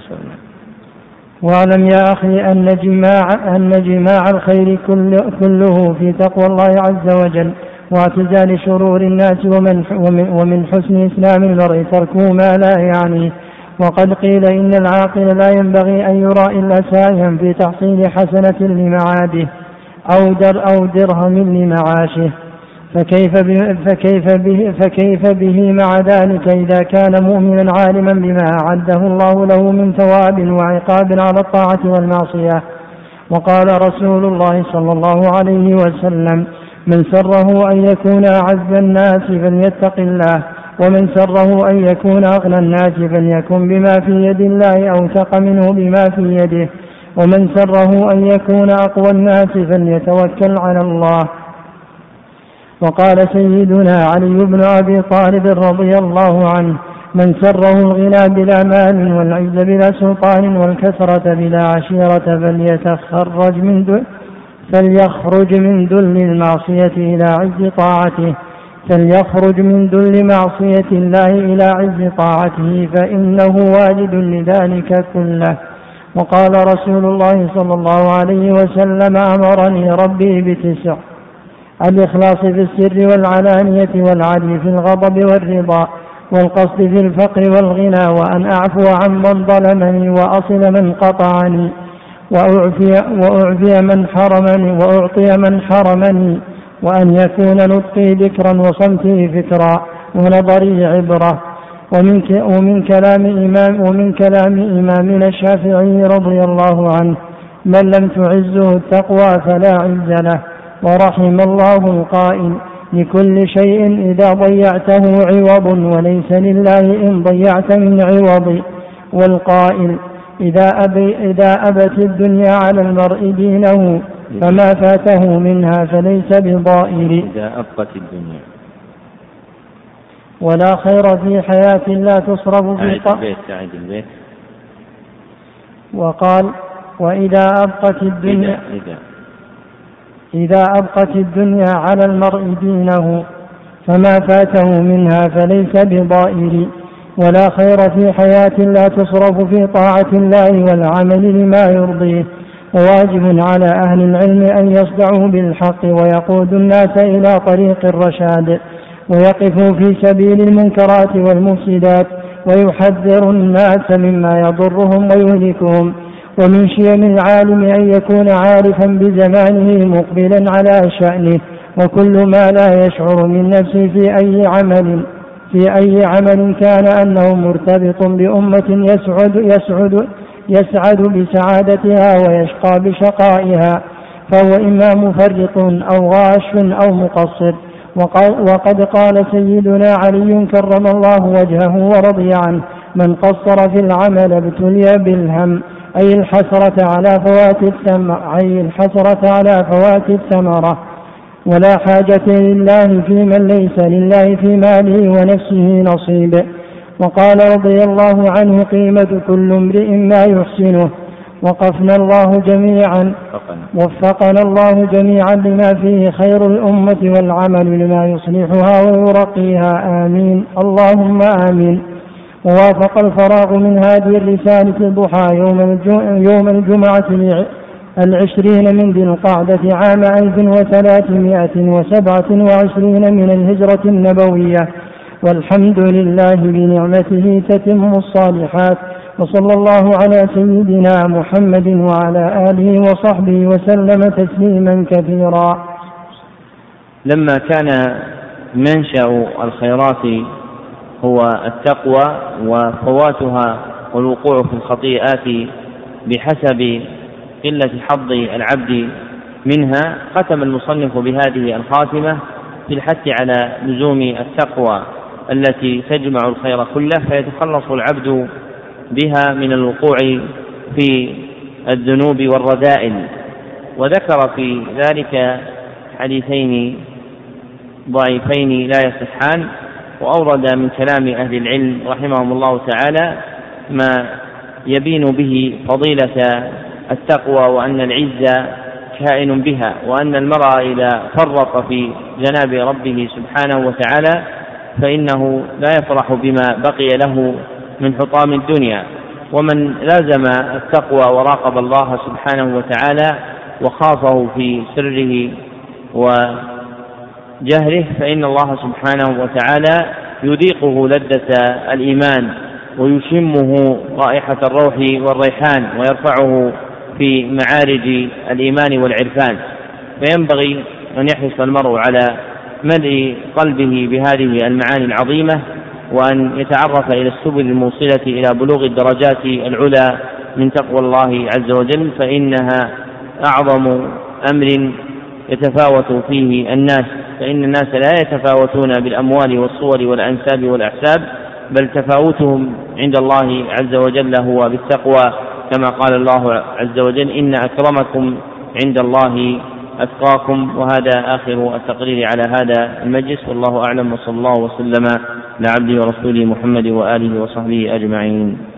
واعلم يا أخي أن جماع الخير كله في تقوى الله عز وجل واعتزال شرور الناس، ومن حسن إسلام المرء تركه ما لا يعنيه. وقد قيل إن العاقل لا ينبغي أن يرى إلا سائها في تحصيل حسنة لمعاده أو درهم لمعاشه، فكيف به مع ذلك إذا كان مؤمنا عالما بما أعده الله له من ثواب وعقاب على الطاعة والمعصية. وقال رسول الله صلى الله عليه وسلم: من سره أن يكون أعز الناس فليتق الله، ومن سره أن يكون أغنى الناس فليكن بما في يد الله أوثق منه بما في يده، ومن سره أن يكون أقوى الناس فليتوكل على الله. وقال سيدنا علي بن أبي طالب رضي الله عنه: من سره الغنى بلا مال والعز بلا سلطان والكثرة بلا عشيرة فليخرج من ذل المعصية إلى عز طاعته، فليخرج من ذل معصية الله إلى عز طاعته، فإنه واجد لذلك كله. وقال رسول الله صلى الله عليه وسلم: أمرني ربي ب9: الإخلاص في السر والعلانية، والعدل في الغضب والرضا، والقصد في الفقر والغنى، وأن أعفو عن من ظلمني، وأصل من قطعني، وأعطي من حرمني، وأن يكون نطقي ذكرا وصمتي فكرا ونظري عبرة. ومن كلام إمامنا الشافعي رضي الله عنه: من لم تعزه التقوى فلا عز له. ورحم الله القائل: لكل شيء إذا ضيعته عوض، وليس لله إن ضيعت من عوض. والقائل: إذا أبت الدنيا على المرء دينه فما فاته منها فليس بضائر. إذا أبقت الدنيا. ولا خير في حياة لا تصرف في البيت. وقال: وإذا أبقت الدنيا على المرء دينه فما فاته منها فليس بضائر. ولا خير في حياة لا تصرف في طاعة الله والعمل لما يرضيه. وواجب على أهل العلم أن يصدعوا بالحق ويقودوا الناس إلى طريق الرشاد، ويقفوا في سبيل المنكرات والمفسدات، ويحذروا الناس مما يضرهم ويهلكهم. ومن شيم العالم أن يكون عارفا بزمانه مقبلا على شأنه، وكل ما لا يشعر من نفسه في أي عمل كان أنه مرتبط بأمة يسعد بسعادتها ويشقى بشقائها، فهو إما مفرط أو غاش أو مقصر. وقد قال سيدنا علي كرم الله وجهه ورضي عنه: من قصر في العمل ابتلي بالهم، أي الحسرة على فوات الثمرة. ولا حاجة لله في من ليس لله في ماله ونفسه نصيب. وقال رضي الله عنه: قيمة كل امرئ ما يحسنه. وفقنا الله جميعا لما فيه خير الأمة والعمل لما يصلحها ويرقيها، آمين اللهم آمين. ووافق الفراغ من هذه الرسالة الضحى يوم الجمعة 20 من ذي القعدة عام 1327 من الهجرة النبوية، والحمد لله بنعمته تتم الصالحات. وصلى الله على سيدنا محمد وعلى آله وصحبه وسلم تسليما كثيرا. لما كان منشأ الخيرات هو التقوى وفواتها والوقوع في الخطيئات بحسب قلة حظ العبد منها. ختم المصنف بهذه الخاتمة في الحث على لزوم التقوى التي تجمع الخير كله، فيتخلص العبد بها من الوقوع في الذنوب والرذائل. وذكر في ذلك حديثين ضعيفين لا يصحان، وأورد من كلام أهل العلم رحمهم الله تعالى ما يبين به فضيلة التقوى، وأن العزة كائن بها، وأن المرء إذا فرط في جناب ربه سبحانه وتعالى فإنه لا يفرح بما بقي له من حطام الدنيا. ومن لازم التقوى وراقب الله سبحانه وتعالى وخافه في سره وجهره فإن الله سبحانه وتعالى يذيقه لذة الإيمان ويشمه رائحة الروح والريحان ويرفعه في معارج الإيمان والعرفان. فينبغي أن يحرص المرء على ملء قلبه بهذه المعاني العظيمة، وأن يتعرف إلى السبل الموصلة إلى بلوغ الدرجات العلى من تقوى الله عز وجل، فإنها أعظم أمر يتفاوت فيه الناس، فإن الناس لا يتفاوتون بالأموال والصور والأنساب والأحساب، بل تفاوتهم عند الله عز وجل هو بالتقوى، كما قال الله عز وجل: إن أكرمكم عند الله أتقاكم. وهذا آخر التقرير على هذا المجلس، والله أعلم، وصلى الله وسلم على عبده ورسوله محمد وآله وصحبه أجمعين.